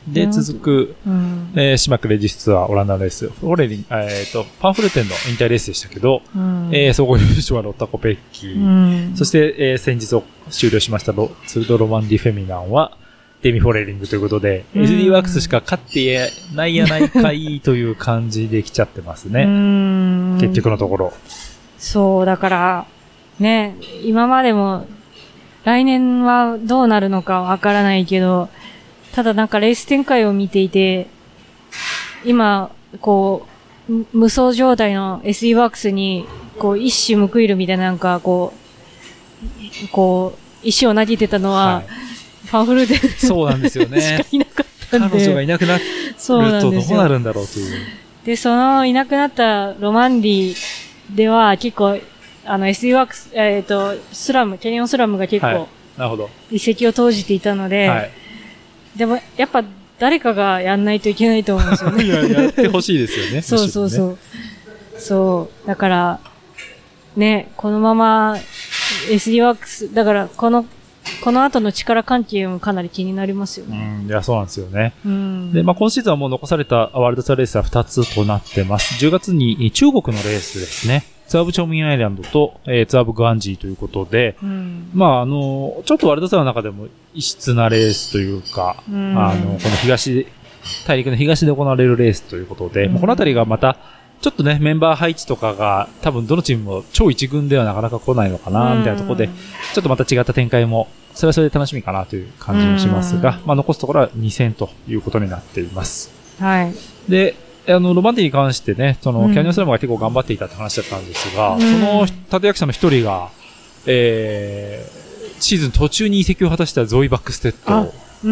Speaker 1: で、続く、うんえー、シマックレディスツアーオランダのレース、フォレリン、えっ、ー、と、パンフルテンの引退レースでしたけど、うんえー、総合優勝はロッタコペッキー、うん、そして、えー、先日を終了しましたロツールドロマンディフェミナンは、デミ・フォレリングということで、うん、エスディー ワークスしか勝ってないやないかいという感じで来ちゃってますね。うん結局のところ。
Speaker 2: そう、だから、ね、今までも、来年はどうなるのかわからないけど、ただなんかレース展開を見ていて、今、こう、無双状態の エスディー ワークスに、こう、一矢報いるみたいななんか、こう、こう、石を投げてたのは、はいパンフルテン
Speaker 1: そうなんですよね。
Speaker 2: しかいなかったんで。
Speaker 1: 彼女がいなくなるとどうなるんだろうという。
Speaker 2: で、そのいなくなったロマンディでは結構、あの エスディー ワークス、えっ、ー、と、スラム、キャニオンスラムが結構、はい、
Speaker 1: なるほど。
Speaker 2: 移籍を投じていたので、はい、でもやっぱ誰かがやんないといけないと思うんですよね。
Speaker 1: いや、やってほしいですよね。
Speaker 2: そうそうそう。ね、そう。だから、ね、このまま エスディー ワークス、だからこの、この後の力関係もかなり気になりますよね。
Speaker 1: うん、いや、そうなんですよね。うん、で、まあ、今シーズンはもう残されたワールドツアーレースはふたつとなってます。じゅうがつに中国のレースですね。ツアーブチョーミンアイランドと、えー、ツアーブグアンジーということで、うん、まあ、あの、ちょっとワールドツアーの中でも異質なレースというか、うん、あの、この東、大陸の東で行われるレースということで、うん、このあたりがまた、ちょっとね、メンバー配置とかが、多分どのチームも超一軍ではなかなか来ないのかな、みたいなところで、ちょっとまた違った展開も、それはそれで楽しみかなという感じもしますが、まあ残すところはに戦ということになっています。
Speaker 2: はい。
Speaker 1: で、あの、ロマンディに関してね、その、キャニオンスラムが結構頑張っていたって話だったんですが、うん、その立役者の一人が、えー、シーズン途中に移籍を果たしたゾイ・バックステッド、
Speaker 2: うん、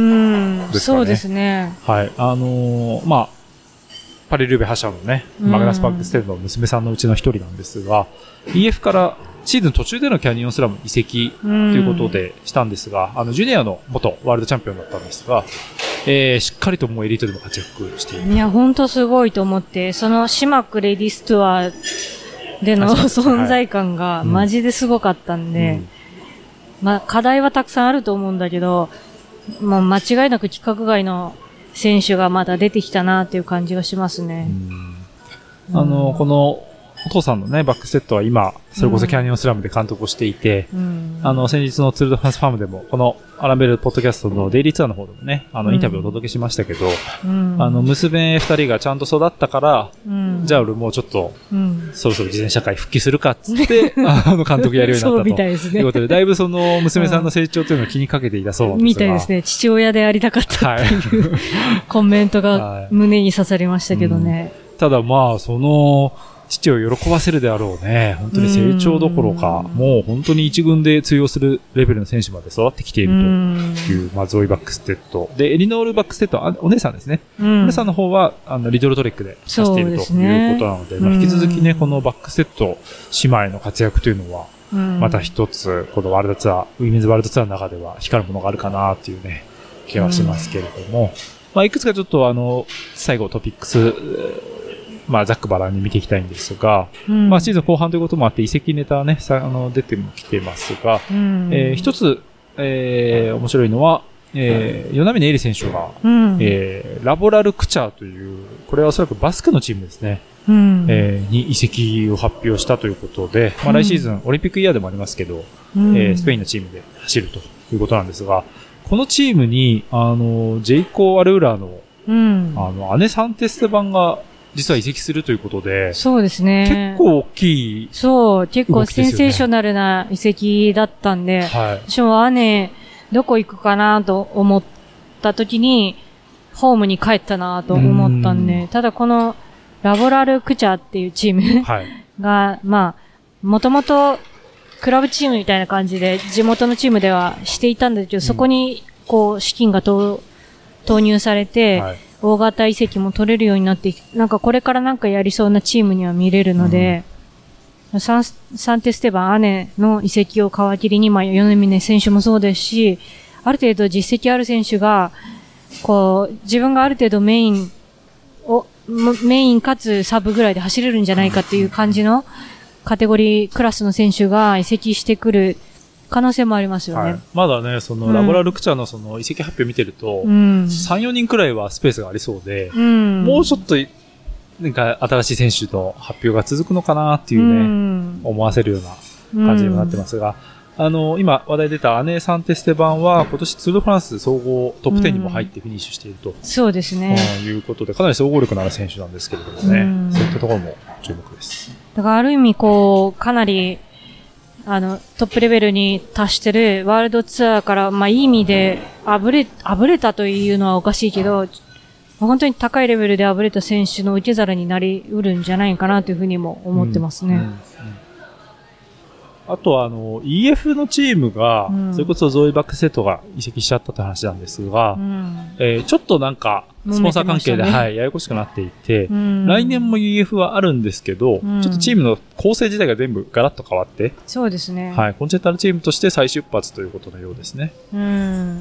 Speaker 2: そうですね。
Speaker 1: はい。あのー、まあ、パリルーベ覇者のね、マグナス・バックステッドの娘さんのうちの一人なんですが、イーエフ からシーズン途中でのキャニオンスラム移籍ということでしたんですが、あの、ジュニアの元ワールドチャンピオンだったんですが、えー、しっかりともうエリートでも活躍している。
Speaker 2: いや、ほんとすごいと思って、そのシマックレディスツアーでの存在感がマジですごかったんで、はいうん、まあ、課題はたくさんあると思うんだけど、まあ、間違いなく規格外の選手がまだ出てきたなっていう感じがしますね。
Speaker 1: うん、あの、この、お父さんのね、バックステッドは今、それこそキャニオンスラムで監督をしていて、うん、あの、先日のツールドフランスファームでも、このアランベルポッドキャストのデイリーツアーの方でもね、あの、インタビューをお届けしましたけど、うん、あの、娘二人がちゃんと育ったから、うん、じゃあ俺もうちょっと、うん、そろそろ自然社会復帰するかっつって、あの、監督やるようになったと。
Speaker 2: そうみたいですね。
Speaker 1: ということで、だいぶその、娘さんの成長というのを気にかけていたそうなんですが。
Speaker 2: みたいですね。父親でありたかったっていう、はい、コメントが胸に刺さりましたけどね。
Speaker 1: うん、ただまあ、その、父を喜ばせるであろうね。本当に成長どころか、もう本当に一軍で通用するレベルの選手まで育ってきているという、まあ、ゾイ・バックステッド。で、エリノール・バックステッドはお姉さんですね。お姉さんの方は、あの、リトルトレックで走っているということなので、まあ、引き続きね、このバックステッド姉妹の活躍というのは、また一つ、このワールドツアー、ウィメンズワールドツアーの中では光るものがあるかなっていうね、気はしますけれども、まあ、いくつかちょっとあの、最後トピックス、まあ、ざっくばらんに見ていきたいんですが、うん、まあ、シーズン後半ということもあって、移籍ネタはね、さ、あの、出てもきてますが、うん、えー、一つ、えー、面白いのは、えー、与那嶺絵里選手が、うん、えー、ラボラルクチャーという、これはおそらくバスクのチームですね、うん、えー、に移籍を発表したということで、まあ、来シーズン、オリンピックイヤーでもありますけど、うん、えー、スペインのチームで走るということなんですが、このチームに、あの、ジェイコー・アルーラーの、うん、あの、姉サンテステバンが、実は移籍するということで。
Speaker 2: そうですね。
Speaker 1: 結構大きい、ね。
Speaker 2: そう、結構センセーショナルな移籍だったんで、はい、私も姉、どこ行くかなと思った時に、ホームに帰ったなと思ったんで、んただこのラボラルクチャっていうチームが、はい、まあ、もともとクラブチームみたいな感じで、地元のチームではしていたんだけど、そこに、こう、資金が投入されて、はい、大型移籍も取れるようになって、なんかこれからなんかやりそうなチームには見れるので、うん、サン、サンテステバン姉の移籍を皮切りに、まあ、与那嶺選手もそうですし、ある程度実績ある選手が、こう、自分がある程度メインを、メインかつサブぐらいで走れるんじゃないかっていう感じのカテゴリークラスの選手が移籍してくる可能性もありますよね。
Speaker 1: はい、まだね、その、ラボラルクチャのその移籍発表見てると、うん、さん、よにんくらいはスペースがありそうで、うん、もうちょっと、なんか新しい選手の発表が続くのかなっていうね、うん、思わせるような感じにもなってますが、うん、あの、今話題出たアネ・サンテステバンは今年ツール・フランス総合トップじゅうにも入ってフィニッシュしていると、うん、
Speaker 2: そうですね。
Speaker 1: いうことで、かなり総合力のある選手なんですけれどもね、うん、そういったところも注目です。
Speaker 2: だからある意味こう、かなり、あの、トップレベルに達してるワールドツアーから、まあ、いい意味で、あぶれ、あぶれたというのはおかしいけど、本当に高いレベルであぶれた選手の受け皿になりうるんじゃないかなというふうにも思ってますね。うんうんうん、
Speaker 1: あとは、あの、イーエフ のチームが、うん、それこそゾーイ・バックセットが移籍しちゃったって話なんですが、うん、えー、ちょっとなんか、スポンサー関係で、ね、はい、ややこしくなっていて、うん、来年も イーエフ はあるんですけど、うん、ちょっとチームの構成自体が全部ガラッと変わって、
Speaker 2: そうですね。
Speaker 1: はい、コンチェンタルチームとして再出発ということのようですね。
Speaker 2: うん。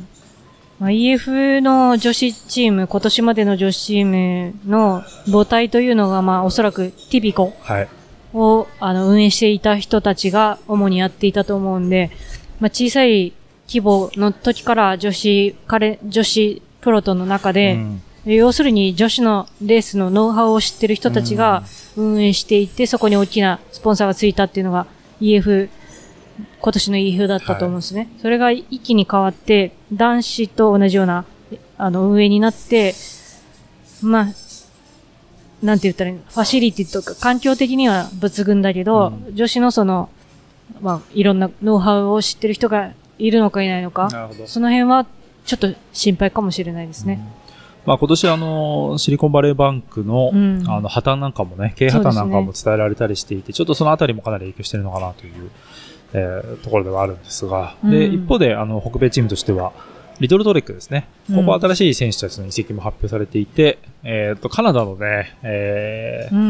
Speaker 2: まあ、イーエフ の女子チーム、今年までの女子チームの母体というのが、まあ、おそらくティピコを、あの、運営していた人たちが主にやっていたと思うんで、まあ、小さい規模の時から女子、彼、女子プロトの中で、うん要するに女子のレースのノウハウを知ってる人たちが運営していて、そこに大きなスポンサーがついたっていうのが イーエフ、今年の イーエフ だったと思うんですね。はい、それが一気に変わって、男子と同じような、あの、運営になって、まあ、なんて言ったらいいの、ファシリティとか環境的には抜群だけど、うん、女子のその、まあ、いろんなノウハウを知ってる人がいるのかいないのか、その辺はちょっと心配かもしれないですね。うん
Speaker 1: まあ今年あの、シリコンバレーバンクの、うん、あの、破綻なんかもね、経営破綻なんかも伝えられたりしていて、ね、ちょっとそのあたりもかなり影響しているのかなという、えー、ところではあるんですが、うん、で、一方であの、北米チームとしては、リトルトレックですね。ここ新しい選手たちの移籍も発表されていて、うん、えっと、カナダのね、えー、うん、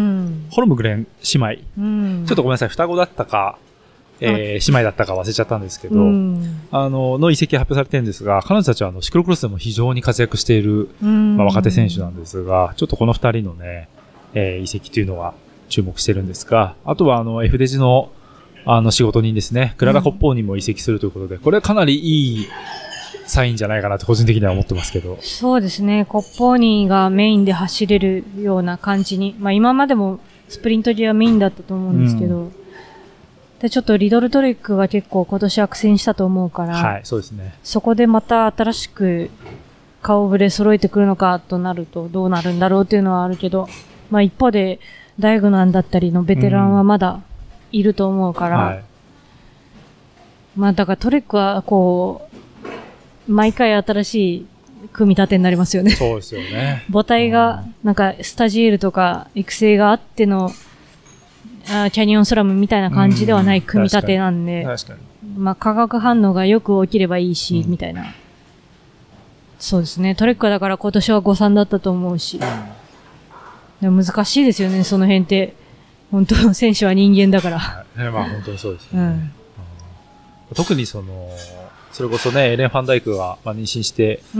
Speaker 1: ホルムグレン姉妹、うん、ちょっとごめんなさい、双子だったか、えー、姉妹だったか忘れちゃったんですけど、うん、あの、の移籍が発表されてるんですが、彼女たちはあの、シクロクロスでも非常に活躍している、うん、まあ、若手選手なんですが、ちょっとこの二人のね、えー、移籍というのが注目してるんですが、あとはあの、F デジの、あの、仕事人ですね、クララ・コッポーニも移籍するということで、これはかなりいいサインじゃないかなと個人的には思ってますけど。
Speaker 2: そうですね、コッポーニがメインで走れるような感じに、まあ今までもスプリントではメインだったと思うんですけど、うんで、ちょっとリドルトリックが結構今年苦戦したと思うから、
Speaker 1: はい、そうですね。
Speaker 2: そこでまた新しく顔ぶれ揃えてくるのかとなるとどうなるんだろうっていうのはあるけど、まあ一方でダイグナンだったりのベテランはまだいると思うから、うんはい、まあだからトリックはこう、毎回新しい組み立てになりますよね。
Speaker 1: そうですよね。
Speaker 2: 母体が、なんかスタジエールとか育成があっての、あキャニオンスラムみたいな感じではない組み立てなんで、
Speaker 1: 確かに確かに
Speaker 2: まあ化学反応がよく起きればいいし、うん、みたいな。そうですね。トレックはだから今年は誤算だったと思うし。うん、でも難しいですよね、その辺って。本当の選手は人間だから。はい、
Speaker 1: まあ本当にそうですね。うん、特にその、それこそね、エレン・ファンダイクが、まあ、妊娠して、うん、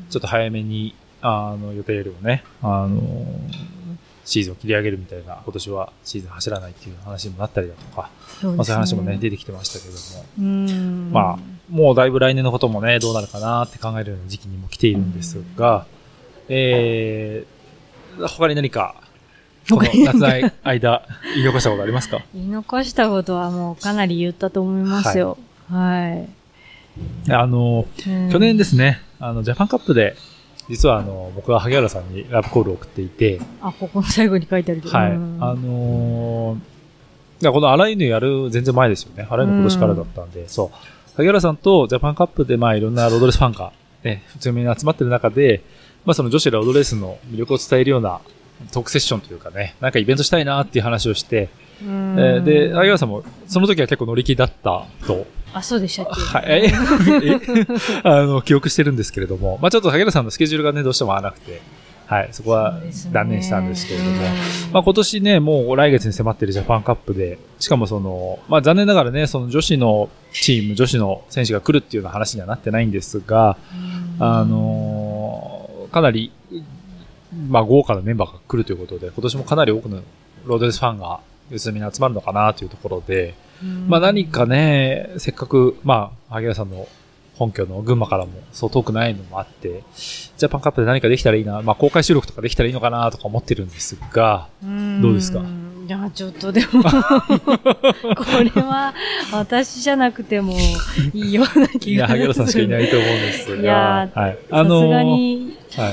Speaker 1: ちょっと早めに、あの、予定よりもね、あの、シーズンを切り上げるみたいな、今年はシーズン走らないっていう話にもなったりだとか、そうですね、まあ、そういう話もね、出てきてましたけども、うんまあ、もうだいぶ来年のこともね、どうなるかなって考えるような時期にも来ているんですが、えー、他に何か、この夏の間、言い残したことありますか？
Speaker 2: 言い残したことはもうかなり言ったと思いますよ。はい。はい、
Speaker 1: あの、去年ですね、あの、ジャパンカップで、実はあの、僕は萩原さんにラブコールを送っていて。
Speaker 2: あ、ここの最後に書いてあるけど。
Speaker 1: はい。あのー、この荒井犬やる全然前ですよね。荒井犬今年からだったんで、そう。萩原さんとジャパンカップでまあいろんなロードレースファンがね、普通に集まってる中で、まあその女子ロードレースの魅力を伝えるようなトークセッションというかね、なんかイベントしたいなっていう話をして、えー、で、萩原さんもその時は結構乗り気だったと。
Speaker 2: あ、そうでしたっけ？
Speaker 1: はい。えあの、記憶してるんですけれども、まあちょっと萩原さんのスケジュールがね、どうしても合わなくて、はい、そこは断念したんですけれども、まあ今年ね、もう来月に迫っているジャパンカップで、しかもその、まあ残念ながらね、その女子のチーム、女子の選手が来るっていうような話にはなってないんですが、あのー、かなり、まあ豪華なメンバーが来るということで、今年もかなり多くのロードレースファンが宇都宮に集まるのかなというところで、まあ何かね、せっかく、まあ、萩原さんの本拠の群馬からもそう遠くないのもあって、ジャパンカップで何かできたらいいな、まあ公開収録とかできたらいいのかなとか思ってるんですが、どうですか？
Speaker 2: いや、ちょっとでも、これは私じゃなくてもいいような気がする。いや、
Speaker 1: 萩原さんしかいないと思うんですが。
Speaker 2: いや、
Speaker 1: はい、
Speaker 2: あのー、さすがに、はい、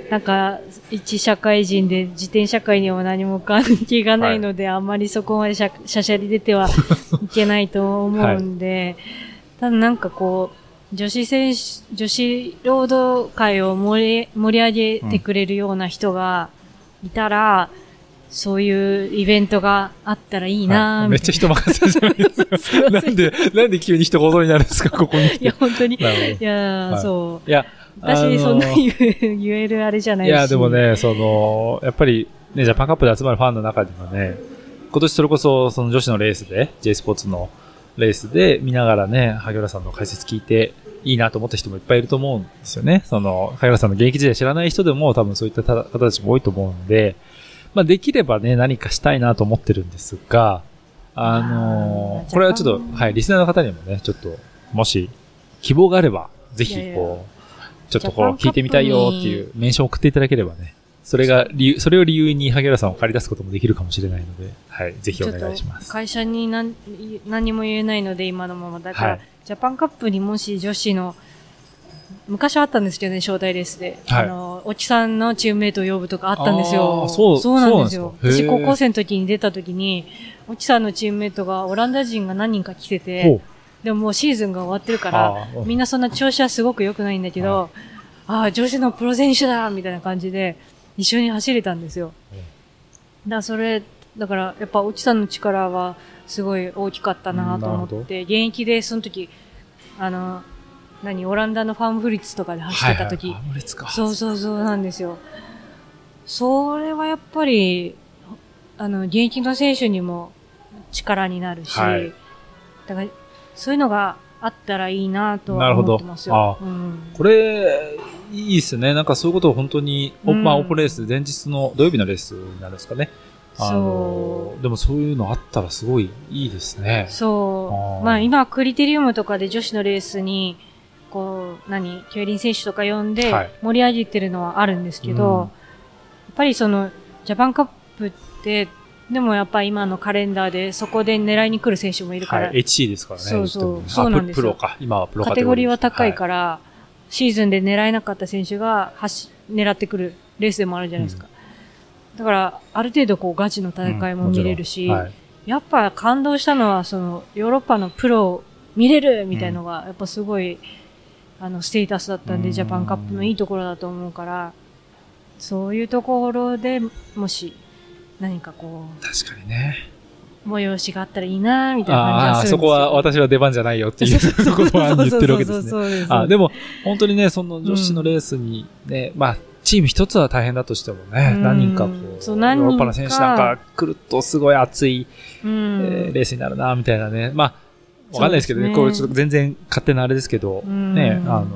Speaker 2: なんか、一社会人で自転車界には何も関係がないので、はい、あんまりそこまでしゃしゃしゃり出てはいけないと思うんで、はい、ただなんかこう、女子選手、女子ロード界を盛り、盛り上げてくれるような人がいたら、うん、そういうイベントがあったらいいな、
Speaker 1: はい、めっちゃ人任せじゃないですか。なんで、なんで急に一言になるんですか、ここに来て。
Speaker 2: いや、本当に。いや、はい、そう。いや、私、そんな言え、言えるあれじゃないし。
Speaker 1: いや、でもね、その、やっぱり、ね、ジャパンカップで集まるファンの中にはね、今年それこそ、その女子のレースで、J スポーツのレースで見ながらね、萩原さんの解説聞いて、いいなと思った人もいっぱいいると思うんですよね。その、萩原さんの現役時代知らない人でも多分そういった方たちも多いと思うんで、まあできればね、何かしたいなと思ってるんですが、あのー、これはちょっと、はい、リスナーの方にもね、ちょっと、もし、希望があれば、ぜひ、こう、ちょっとこう、聞いてみたいよっていうメンションを送っていただければね、それが理由、それを理由に萩原さんを借り出すこともできるかもしれないので、はい、ぜひお願いします。
Speaker 2: 会社に何、何も言えないので、今のまま。だから、はい、ジャパンカップにもし女子の、昔はあったんですけどね、招待レースで。はい、あの、おきさんのチームメイトを呼ぶとかあったんですよ。
Speaker 1: そう、
Speaker 2: そうなんですよ。私高校生の時に出た時に、おきさんのチームメイトがオランダ人が何人か来てて、でももうシーズンが終わってるから、みんなそんな調子はすごく良くないんだけど、ああ、女子のプロ選手だみたいな感じで、一緒に走れたんですよ。だからそれ、だからやっぱおきさんの力はすごい大きかったなと思って、現役でその時、あの、何、オランダのファームフリッツとかで走ってた時、はいはい、そうそうそうなんですよ。それはやっぱり、あの、現役の選手にも力になるし、はい、だからそういうのがあったらいいなとは思ってますよ。
Speaker 1: なるほど。あ、うん、これ、いいですね。なんかそういうことを本当に、うん、まあ、オープンレース、前日の土曜日のレースになるんですかね。そう。でもそういうのあったらすごいいいですね。
Speaker 2: そう。あ、まあ今、クリテリウムとかで女子のレースに、こう、何、競輪選手とか呼んで盛り上げてるのはあるんですけど、はい、うん、やっぱりその、ジャパンカップって、でもやっぱり今のカレンダーでそこで狙いに来る選手もいるから。
Speaker 1: はい、エイチシー ですからね。
Speaker 2: そうそう。そうなんですよ。
Speaker 1: プロか。今はプロ
Speaker 2: カテゴリーは高いから、はい、シーズンで狙えなかった選手が走、狙ってくるレースでもあるじゃないですか。うん、だから、ある程度こうガチの戦いも見れるし、うん、はい、やっぱ感動したのは、その、ヨーロッパのプロを見れるみたいのが、やっぱすごい、あの、ステータスだったんで、ジャパンカップのいいところだと思うから、そういうところでもし、何かこう。
Speaker 1: 確かにね。
Speaker 2: 催しがあったらいいなみたいな感じがするんですよ。ああ、
Speaker 1: そこは私は出番じゃないよっていうことは言ってるわけですね。あ、でも、本当にね、その女子のレースにね、うん、まあ、チーム一つは大変だとしてもね、何人かこう、ヨーロッパの選手なんか来るとすごい熱い、えー、レースになるなみたいなね。まあ、わかんないですけどね、これちょっと全然勝手なあれですけど、ね、あの、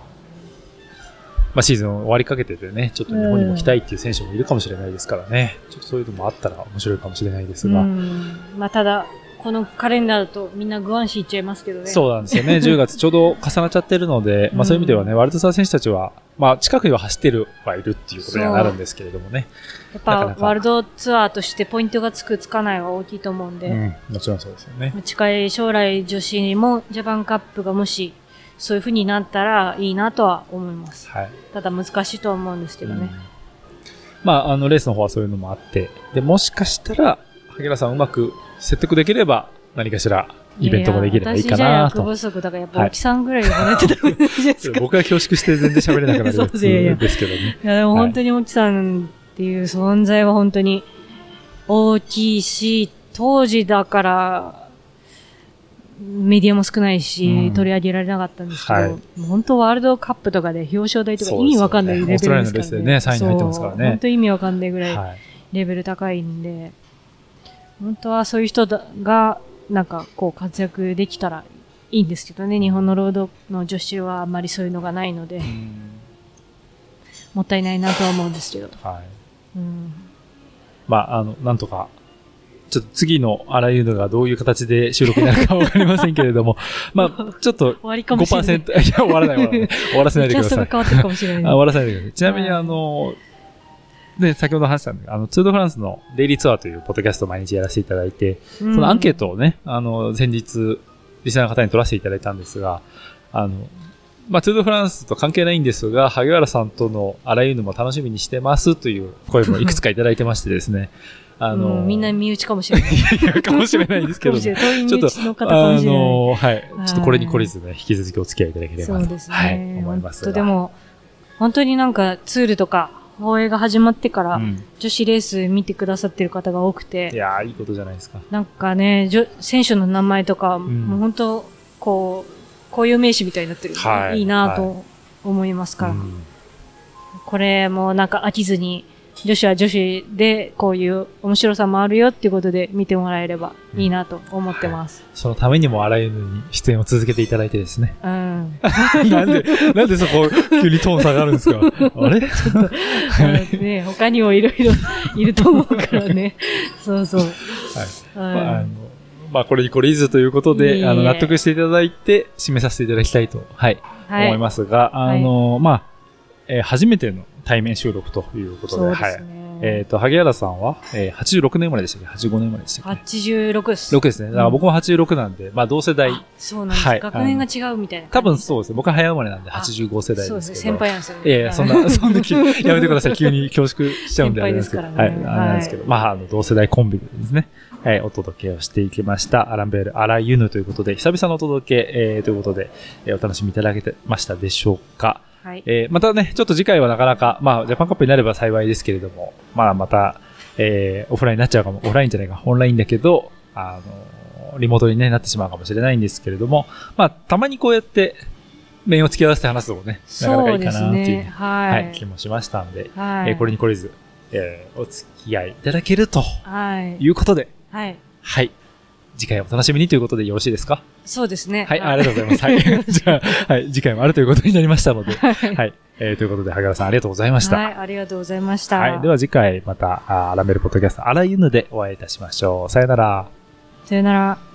Speaker 1: まあシーズン終わりかけててね、ちょっと日本にも来たいっていう選手もいるかもしれないですからね、ちょっとそういうのもあったら面白いかもしれないですが。
Speaker 2: まあただ、このカレンダーだとみんなグアンシーいっちゃいますけどね。
Speaker 1: そうなんですよね。じゅうがつちょうど重なっちゃってるので、まあそういう意味ではね、ワールドツアー選手たちは、まあ近くには走ってるはいるっていうことにはなるんですけれどもね。
Speaker 2: やっぱワールドツアーとしてポイントがつくつかないは大きいと思うんで。うん、
Speaker 1: もちろんそうですよね。
Speaker 2: 近い将来女子にもジャパンカップがもしそういう風になったらいいなとは思います。はい。ただ難しいとは思うんですけどね。うん、
Speaker 1: まああのレースの方はそういうのもあって、でもしかしたら萩原さんうまく説得できれば何かしらイベントができればいいかなと。いやいや私じゃ役不足だからやっぱ大木さんぐらいが話ってたんですか。 僕は恐縮して全然喋れなくなるやつですけどね。
Speaker 2: いやでも本当に大木さんっていう存在は本当に大きいし、当時だからメディアも少ないし、うん、取り上げられなかったんですけど、はい、本当ワールドカップとかで表彰台とか意味わかんないレベルですからね。オーストラリアのレースでね、さんいに入ってますからね。本当意味わかんないぐらいレベル高いんで、はい、本当はそういう人がなんかこう活躍できたらいいんですけどね、日本のロードの女子はあんまりそういうのがないので、うん、もったいないなとは思うんですけど。はい。うん、
Speaker 1: まあ、あの、なんとか、 ちょっと次のあらゆるのがどういう形で収録になるかわかりませんけれども、まあ、ちょっと
Speaker 2: 終わりかもしれない。
Speaker 1: ごパーセント、いや、終わらない、終わらない。終わらせないでください。
Speaker 2: キャストが変わってるかもしれない。
Speaker 1: あ、終わらせないでください。ちなみに、あの、で、先ほど話したんだけど、あの、ツールドフランスのデイリーツアーというポッドキャストを毎日やらせていただいて、そのアンケートをね、あの、先日、リスナーの方に取らせていただいたんですが、あの、まあ、ツールドフランスと関係ないんですが、萩原さんとのあらゆるのも楽しみにしてますという声もいくつかいただいてましてですね。あの、
Speaker 2: うん、みんな身内かもしれない。
Speaker 1: いやいや、かもしれないですけども。ちょっと、あの、はい。ちょっとこれに懲りずね、引き続きお付き合いいただければと、そうですね、はい、思いますが。
Speaker 2: でも、本当になんかツールとか、放映が始まってから、うん、女子レース見てくださってる方が多くて。
Speaker 1: いやー、いいことじゃないですか。
Speaker 2: なんかね、選手の名前とか、うん、もう本当、こう、固有名詞みたいになってる、はい、いいなと思いますから、はい、うん。これもなんか飽きずに、女子は女子でこういう面白さもあるよっていうことで見てもらえればいいなと思ってます。
Speaker 1: うんはい、そのためにもあらゆるに出演を続けていただいてですね。
Speaker 2: うん。
Speaker 1: なんで、なんでそこ急にトーン下がるんですかあれちょっ
Speaker 2: と、ね、他にもいろいろいると思うからね。そうそう。はい。
Speaker 1: うん、まあ、あの、まあ、これにこれいずということで、いいあの、納得していただいて、締めさせていただきたいと、はい、はい、思いますが、あの、はい、まあ、えー、初めての対面収録ということで、でね、はい。えっ、ー、と、萩原さんは、えー、はちじゅうろくねん生まれでしたっけ ?はちじゅうごねん生まれでしたっけ ?はちじゅうろく です。ろくですね。だから僕もはちじゅうろくなんで、まあ同世代。
Speaker 2: そうなんです。はい、学年が違うみたいな。
Speaker 1: 多分そうですね。僕は早生まれなんではちじゅうご世代ですけど。
Speaker 2: そうですね。先輩なんですよね。
Speaker 1: いやいや、そんな、そんな、やめてください。急に恐縮しちゃうんであれですけど。先輩ですからね。はい。あれなんですけど。まあ、あの、同世代コンビでですね。はい、お届けをしていきました。アランベール、アラユヌということで、久々のお届け、えー、ということで、えー、お楽しみいただけてましたでしょうか。はい。えー、またね、ちょっと次回はなかなか、まあ、ジャパンカップになれば幸いですけれども、まあ、また、えー、オフラインになっちゃうかも、オフラインじゃないか、オンラインだけど、あの、リモートに、ね、なってしまうかもしれないんですけれども、まあ、たまにこうやって、面を突き合わせて話すのもね、なかなかいいかなっていう、ね、はい、はい、気もしましたんで、はい、えー、これにこれず、えー、お付き合いいただけると、はい、いうことで、はい。はい。次回お楽しみにということでよろしいですか？
Speaker 2: そうですね。
Speaker 1: はい、ありがとうございます。はい。じゃあ、はい、次回もあるということになりましたので、はい。はい、えー、ということで、萩原さんありがとうございました。
Speaker 2: はい、ありがとうございました。
Speaker 1: はい、では次回また、アラメルポッドキャスト、あらゆぬでお会いいたしましょう。さよなら。
Speaker 2: さよなら。